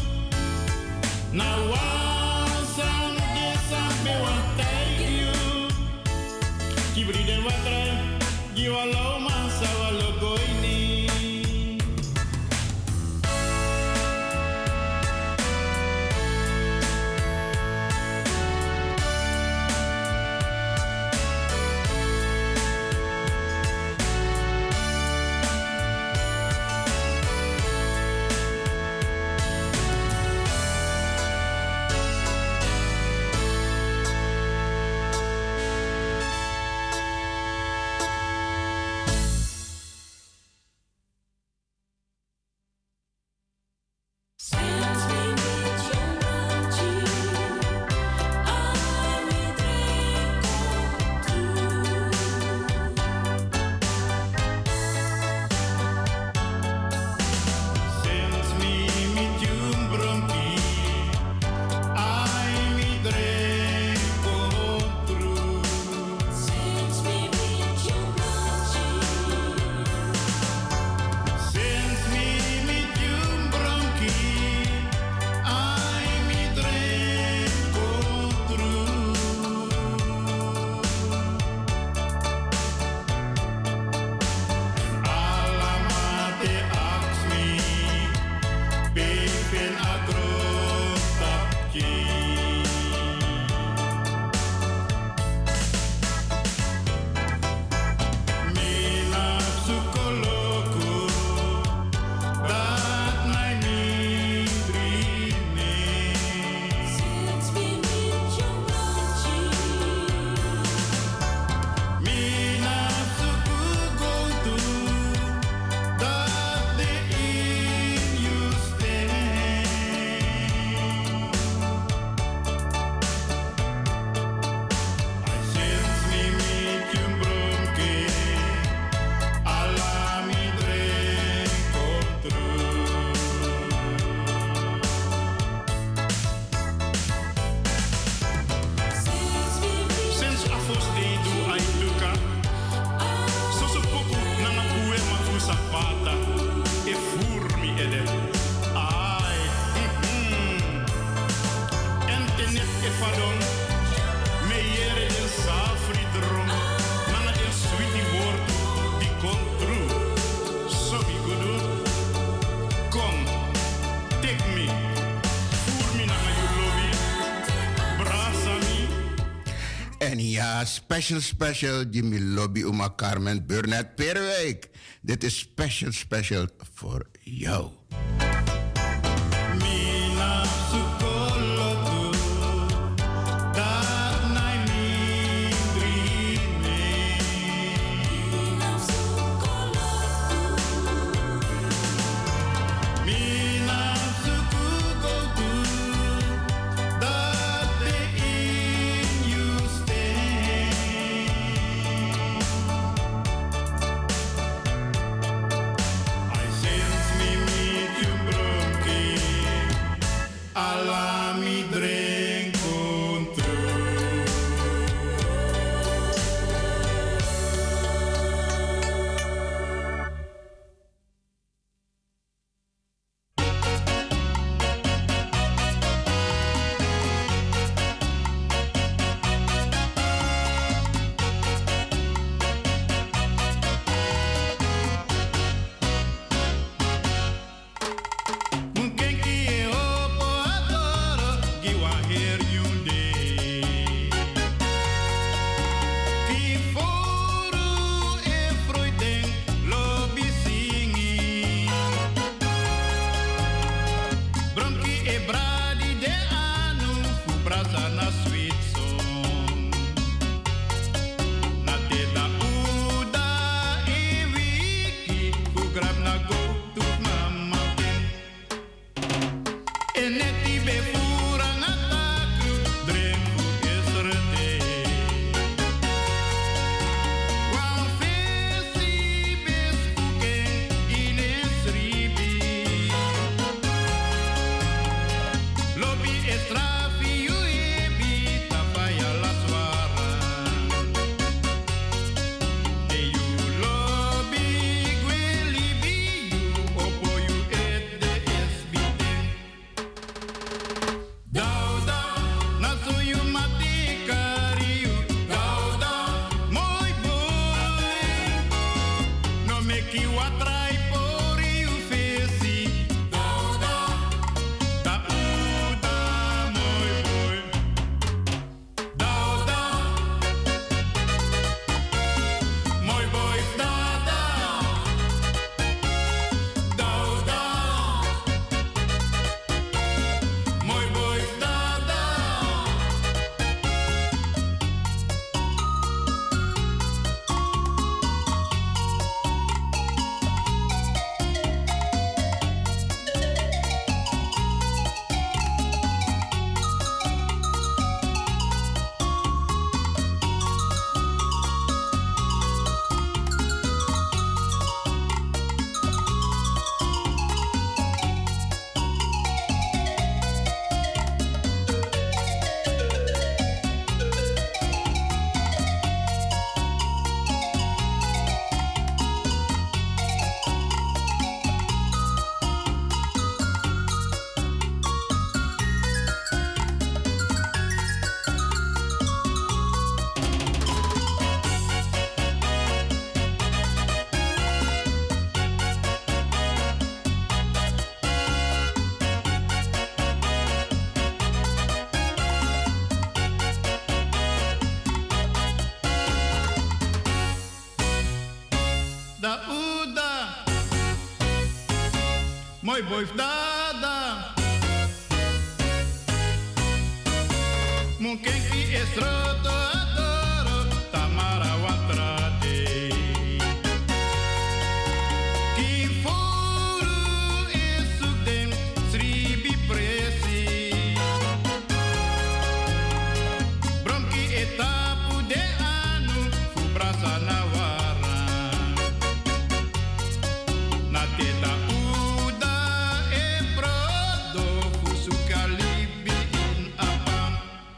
Now some yes I want take you. Kibri de watra, you allow man sawa logoini. Special Jimmy Lobby Uma Carmen Burnett Perwijk. Dit is special voor jou. You Mooi boy dada. Munkenki is roto adoro. Tamara wantrade. Ki furu is sukdem. Sribi presi. Bromki etapu de anu. Fubrasa nawara. Nateta uda e prodo. Fusuka libi in apam.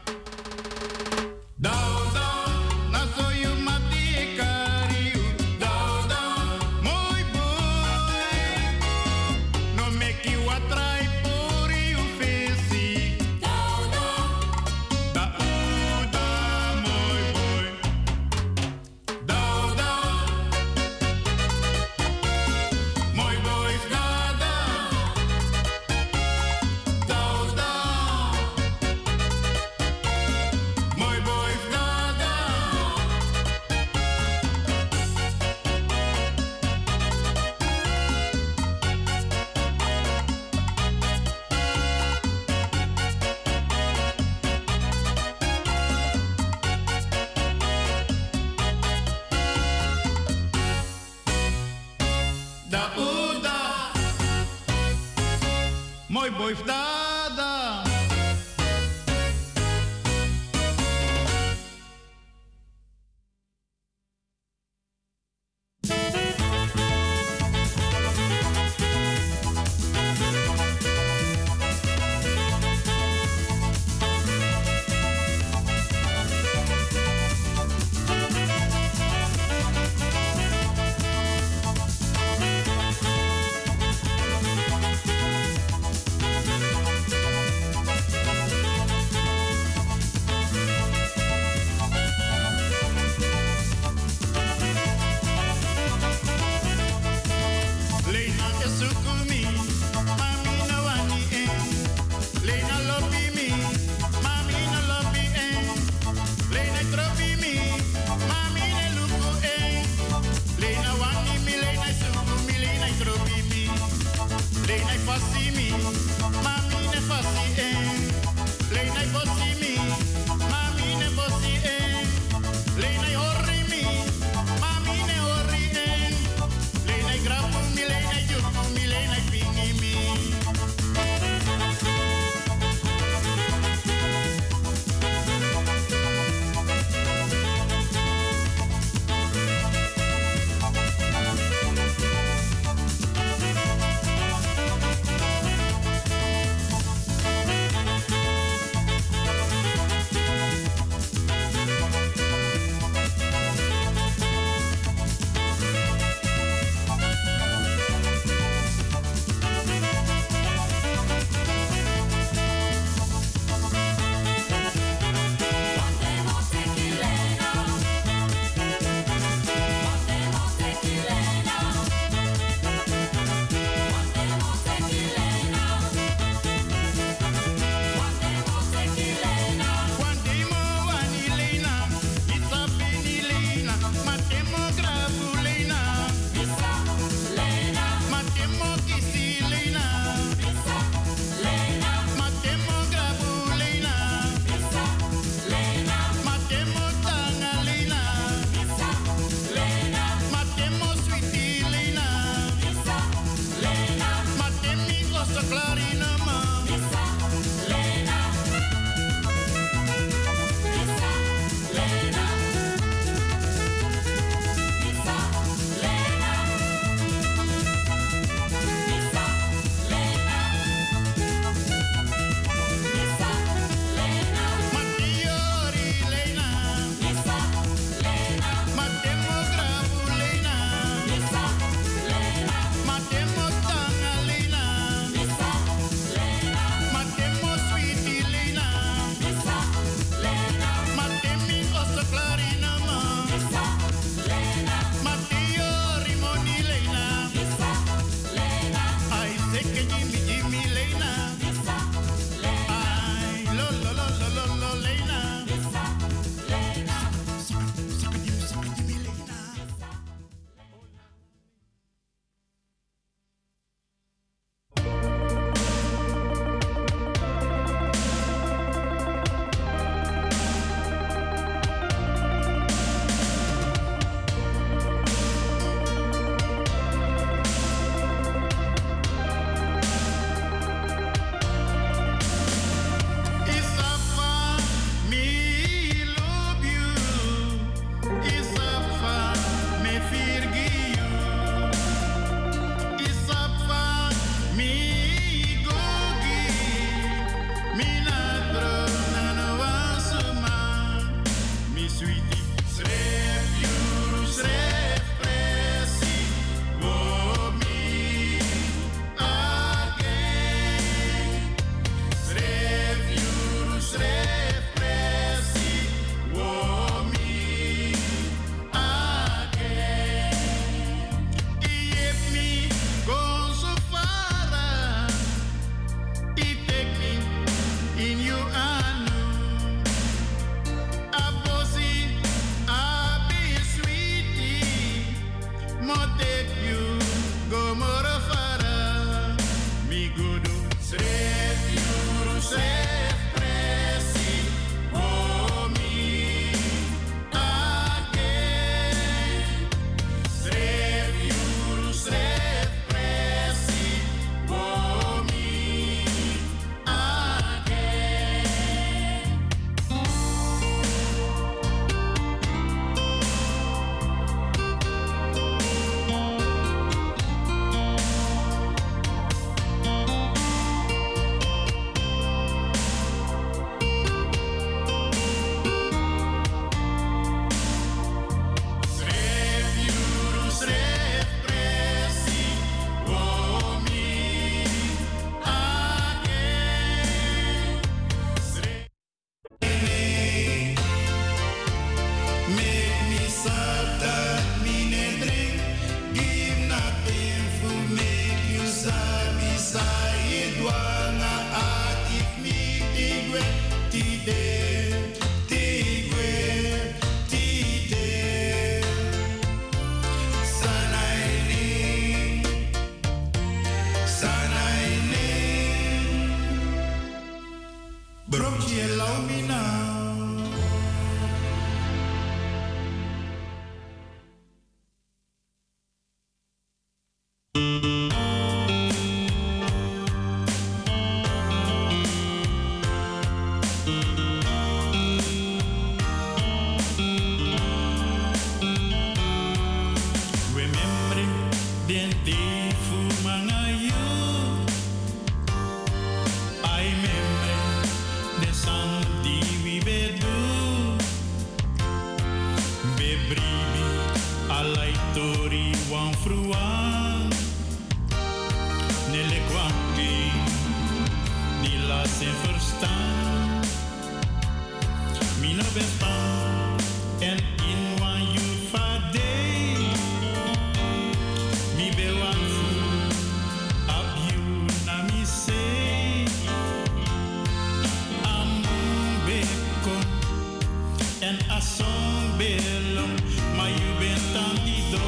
Dau dau, naso you mati kariu. Dau dau, moi boy. No make you a try for you fesi. Dau dau, da uda moi boy. Dau dau, moi boy dada. Dau dau, moi boy dada. Da uda, moi boy dada. den day fu mangayo. I remember the sun di we bedu. Bebribi alai tori wan fruan. Nelle quanti di la se verstaan. Mina bestaan en in wan you day. Mi be wan fu ab you na mi say. Amung be kon en a song belong. Ma you ben tan di do.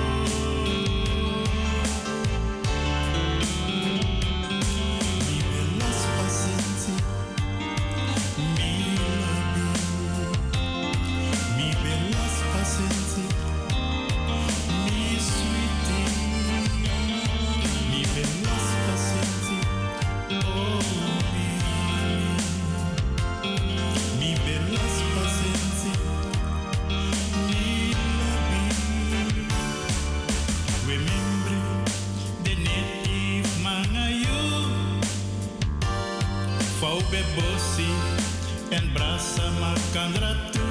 Mi be las paciency. Mi love you. Mi be las paciency. Mi sweetie. Mi be las paciency. Oh, mi be las paciency. Mi love you. Remember the native mangayo. Fau bebosi en brasa makandra tu.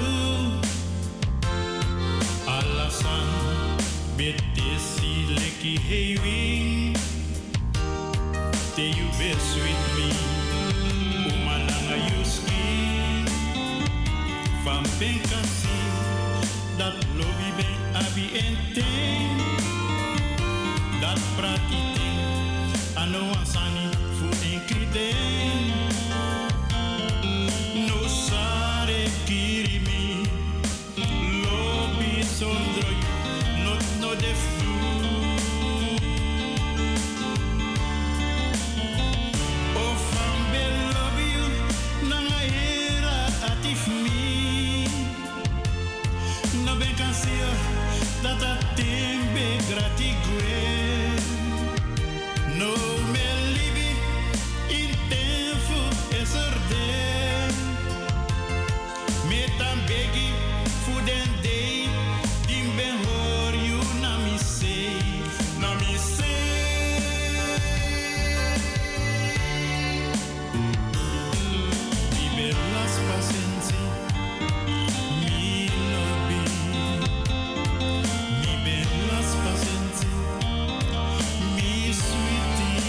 Alasan betesi leki hewing. Te you be sweet me. Umananga you skin. Van penkasi dat lobby ben abi enten. Dat prati ting. Ano ansani fu enkriden. No sare kirimi. Lobby sondroy. Not no def. Oh, from love you. Nanga hera atif me. No ben kan see dat a tembe gratigue. No me libi in tempo eserde. Me tam begi fu den day. Dim ben hoor you na mi say. Na mi say. Mi be las paciency. Mi love you. Mi be las paciency. Mi sweetie.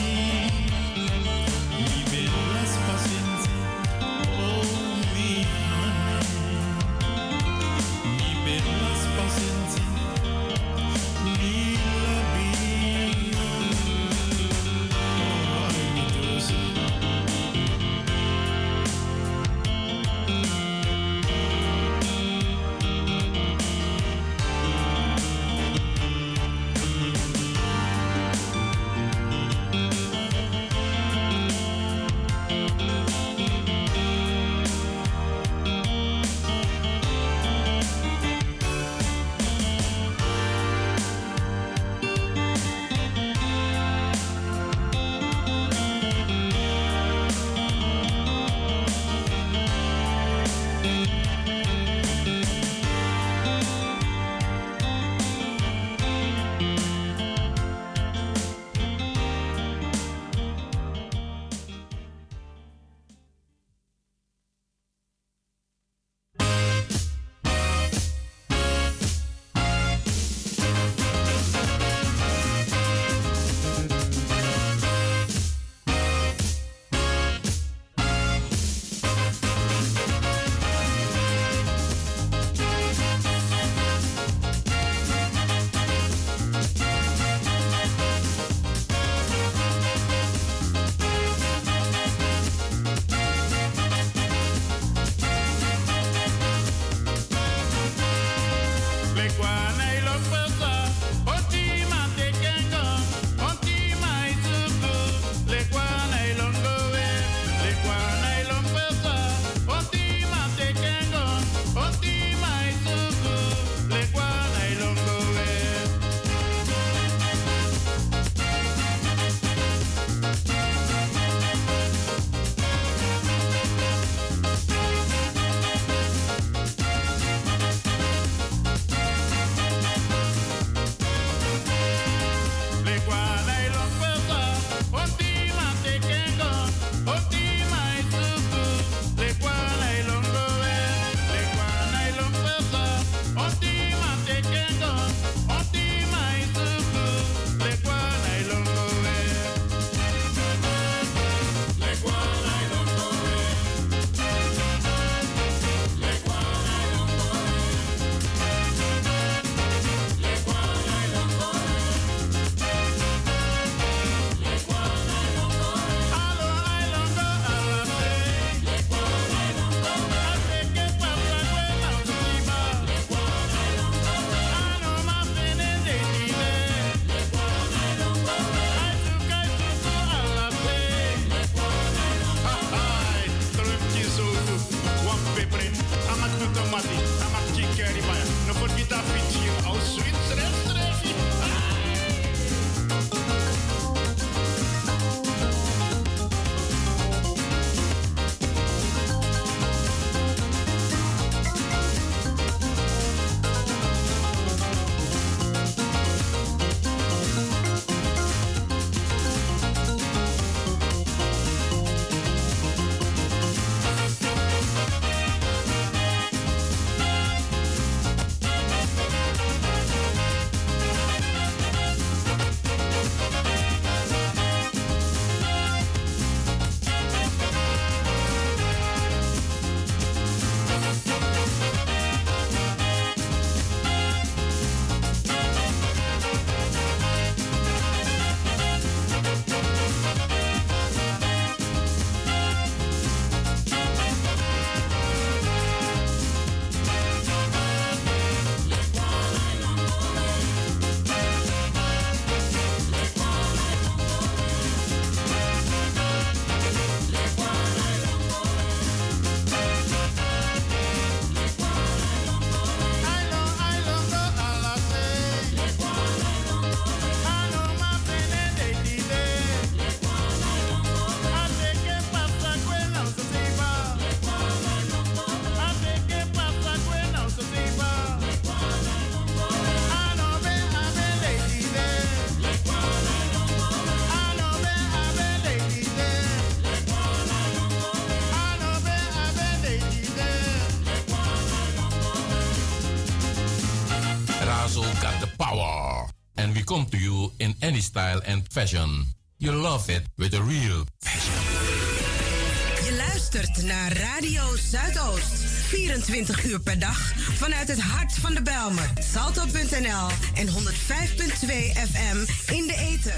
Razo got the power. And we come to you in any style and fashion. You love it with a real passion. Je luistert naar Radio Zuidoost. 24 uur per dag vanuit het hart van de Bijlmer. Salto.nl en 105.2 FM in de ether.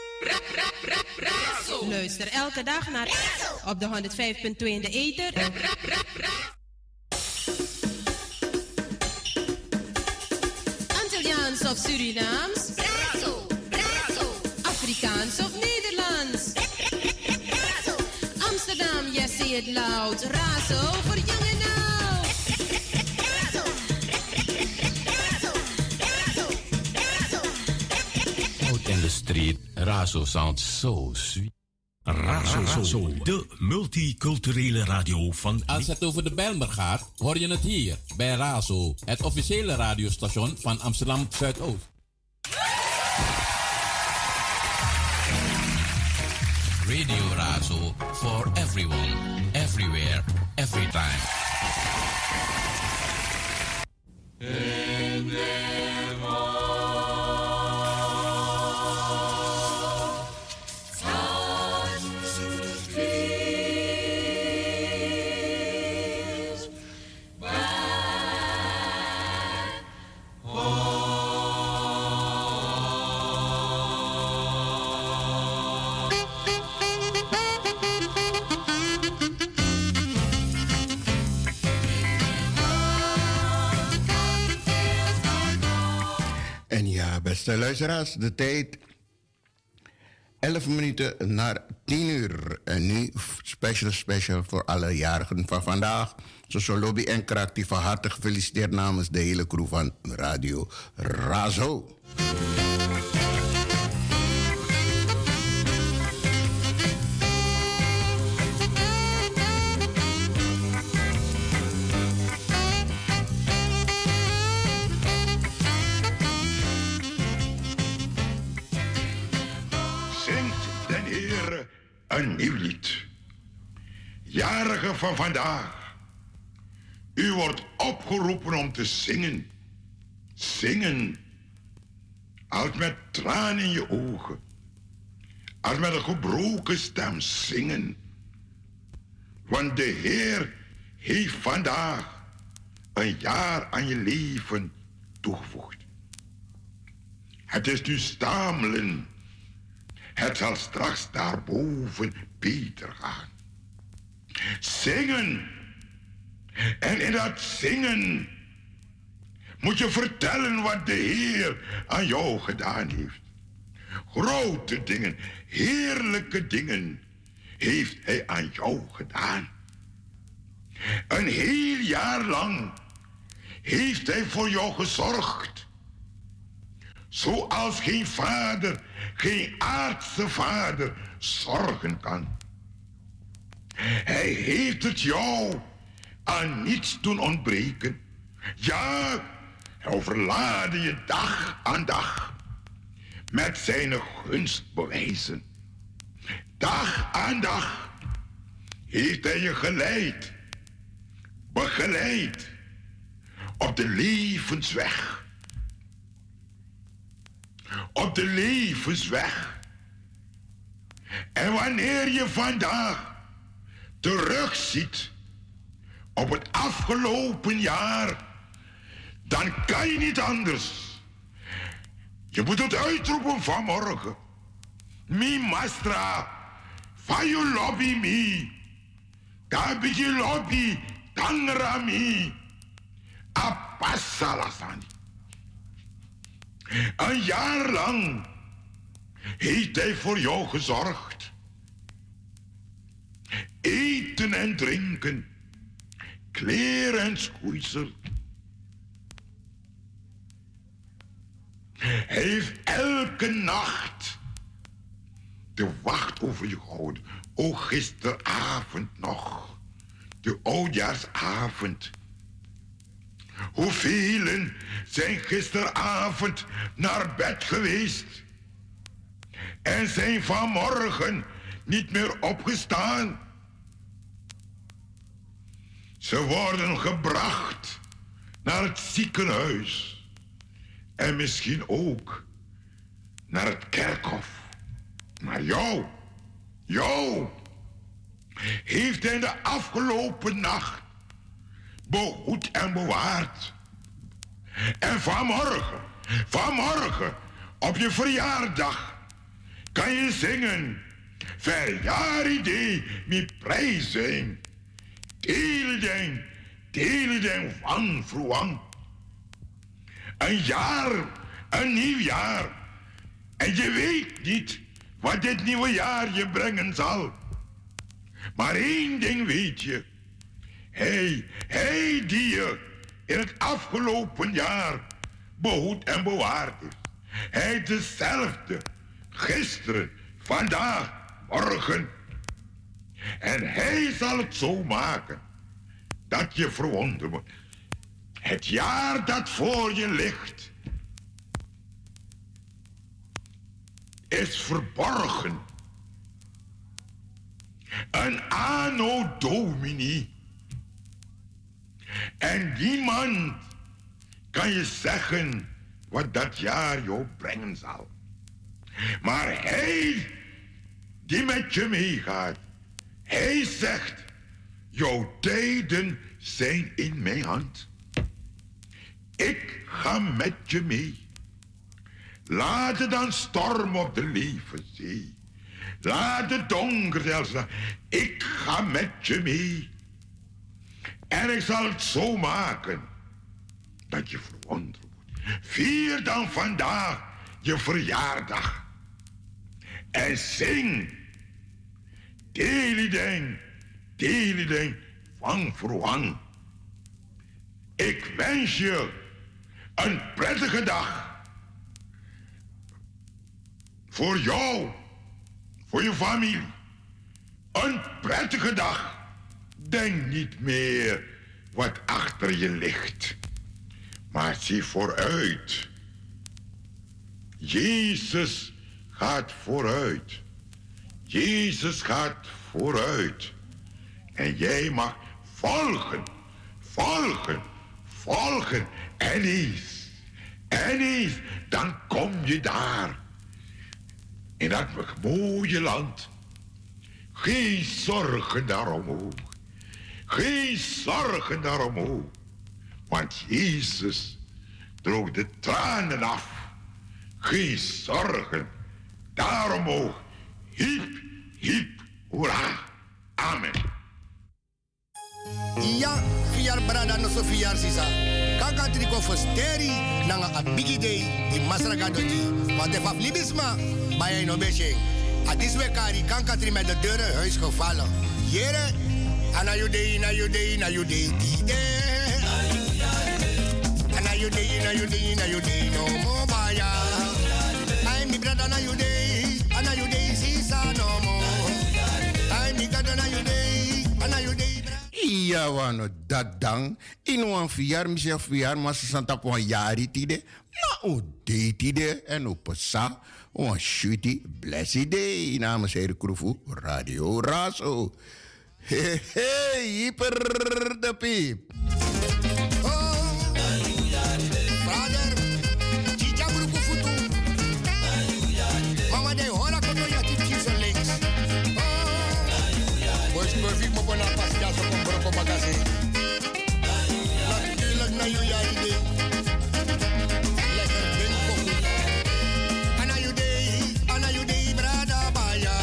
Luister elke dag naar op de 105.2 in de ether. Antilliaans of Surinaams? Afrikaans of Nederlands? Amsterdam, yes, say it loud. Razo voor jong en oud. Out in the street, Razo sounds so sweet. Razo, de multiculturele radio van... Als het over de Bijlmer gaat, hoor je het hier, bij Razo, het officiële radiostation van Amsterdam Zuidoost. Radio Razo, for everyone, everywhere, every time. Beste luisteraars, de tijd 11 minuten naar 10 uur. En nu special voor alle jarigen van vandaag. Zo Lobby en Krak, die van harte gefeliciteerd namens de hele crew van Radio Razo. Een nieuw lied. Jarigen van vandaag. U wordt opgeroepen om te zingen. Zingen. Als met tranen in je ogen. Als met een gebroken stem zingen. Want de Heer heeft vandaag een jaar aan je leven toegevoegd. Het is nu stamelen. Het zal straks daarboven beter gaan. Zingen. En in dat zingen moet je vertellen wat de Heer aan jou gedaan heeft. Grote dingen, heerlijke dingen heeft Hij aan jou gedaan. Een heel jaar lang heeft Hij voor jou gezorgd. Zoals geen vader, geen aardse vader zorgen kan. Hij heeft het jou aan niets doen ontbreken. Ja, hij overlaadde je dag aan dag met zijn gunstbewijzen. Dag aan dag heeft hij je geleid, begeleid op de levensweg. Op de levensweg. En wanneer je vandaag terugziet op het afgelopen jaar, dan kan je niet anders. Je moet het uitroepen vanmorgen. Mi mastra, van je lobby mi. Daar je lobby, tangra mi. Apassalasani. Een jaar lang heeft Hij voor jou gezorgd. Eten en drinken, kleren en schoeisel. Hij heeft elke nacht de wacht over je gehouden. Ook gisteravond nog, de oudjaarsavond. Hoeveel zijn gisteravond naar bed geweest en zijn vanmorgen niet meer opgestaan. Ze worden gebracht naar het ziekenhuis. En misschien ook naar het kerkhof. Maar jou heeft hij de afgelopen nacht behoed en bewaard. En vanmorgen, op je verjaardag, kan je zingen. Verjaardag, mi prijzen. Teleden van vroeg. Een nieuw jaar. En je weet niet wat dit nieuwe jaar je brengen zal. Maar één ding weet je. Hij die je in het afgelopen jaar behoed en bewaard is. Hij is dezelfde. Gisteren, vandaag, morgen. En hij zal het zo maken dat je verwonderd wordt. Het jaar dat voor je ligt is verborgen. Een anno domini. En niemand kan je zeggen wat dat jaar jou brengen zal. Maar hij die met je meegaat, hij zegt, jouw tijden zijn in mijn hand. Ik ga met je mee. Laat het dan stormen op de levenszee. Laat het donker zelfs. Ik ga met je mee. En ik zal het zo maken dat je verwonderd wordt. Vier dan vandaag je verjaardag. En zing. Teleden van verwang. Ik wens je een prettige dag. Voor jou. Voor je familie. Een prettige dag. Denk niet meer wat achter je ligt. Maar zie vooruit. Jezus gaat vooruit. Jezus gaat vooruit. En jij mag volgen. En eens, dan kom je daar. In dat mooie land. Geen zorgen daarom. Want Jezus droog de tranen af. Geen zorgen daarom ook. Hiep, hoera. Amen. Ja, vier brada no so vier sisa. Kaka triko fosteri nanga a bigi day di masraka doji. Want de faf libisma, bij no beche. A diswekari kanka tri met de deuren huis gevallen. Jere, na you day, die day. Na you day, no more baya. I mi brada na you day sisa no more. I mi brada na you day, Ja, wano dat dan. In wan vier, misschien vier, maar ze zijn op een jari tide. Nou, de tide en op een sa. Een shooty, blessed day. Namens Heer Kroefu, Radio Razo. Hey, hyper de piep. Brother, chicha bruku futu. Mama de hola kono ya chichi zo links. Boys perfect mo bona pasja so kon broko magazine. Natuurlijk na you ya ide. Lekker ding koku. Ana you day brada baya.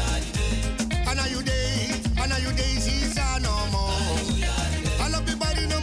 Ana you day sisa no more. I love you body.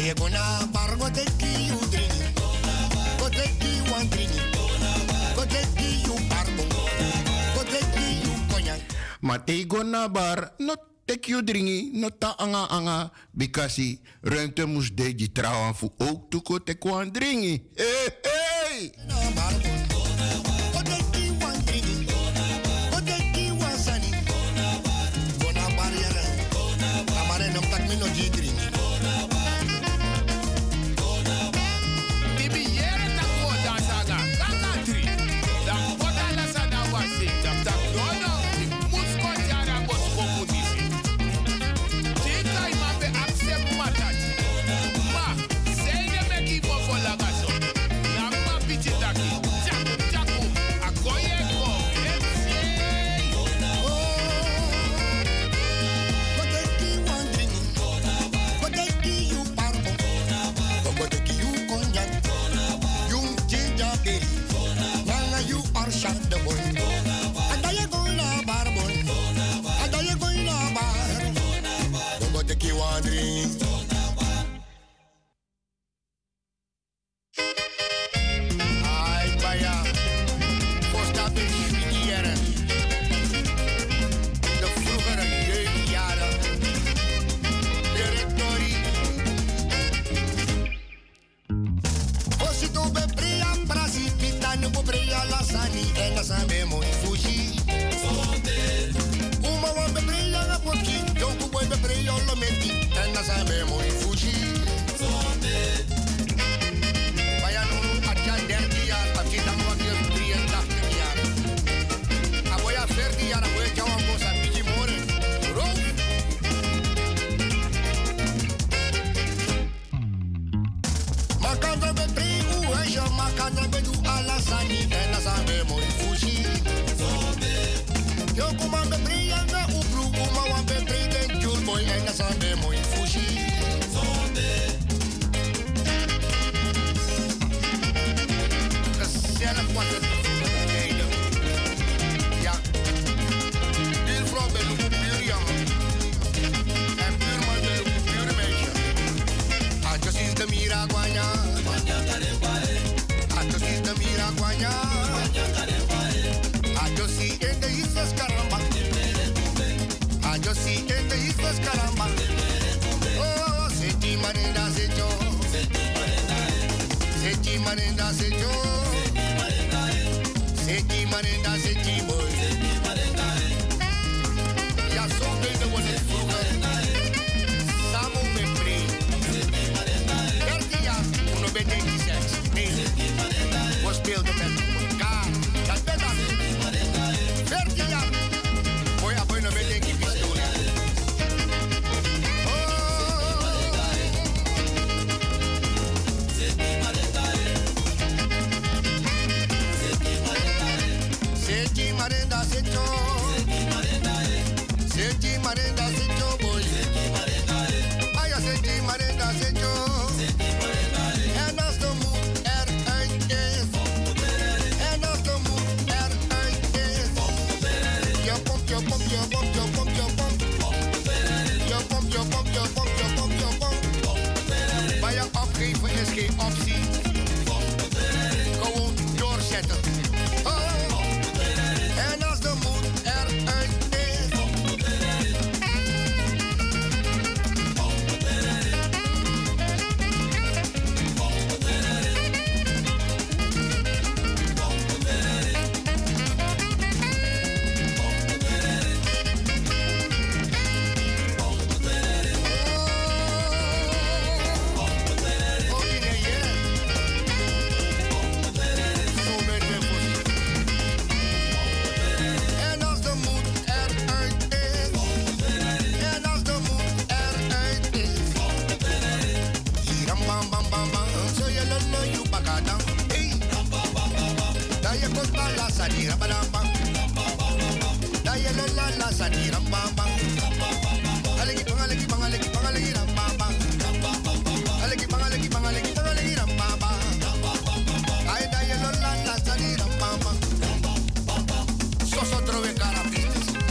Adaye gona bar go take you drink. Go take you one drink. Go take you barbon. Go take you cognac. Maar te gona bar not take you dringi, not ta anga because ruimte moest de die trouwen voor ook toeko te kwam dringi. Hey.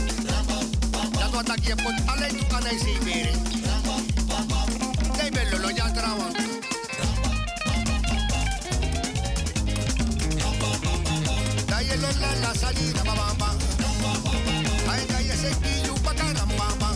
Alle tu anai si bere. Dai bello lo ja trawa. Da ye lo la salida baba. Ay da ye se ki yu pakaram baba.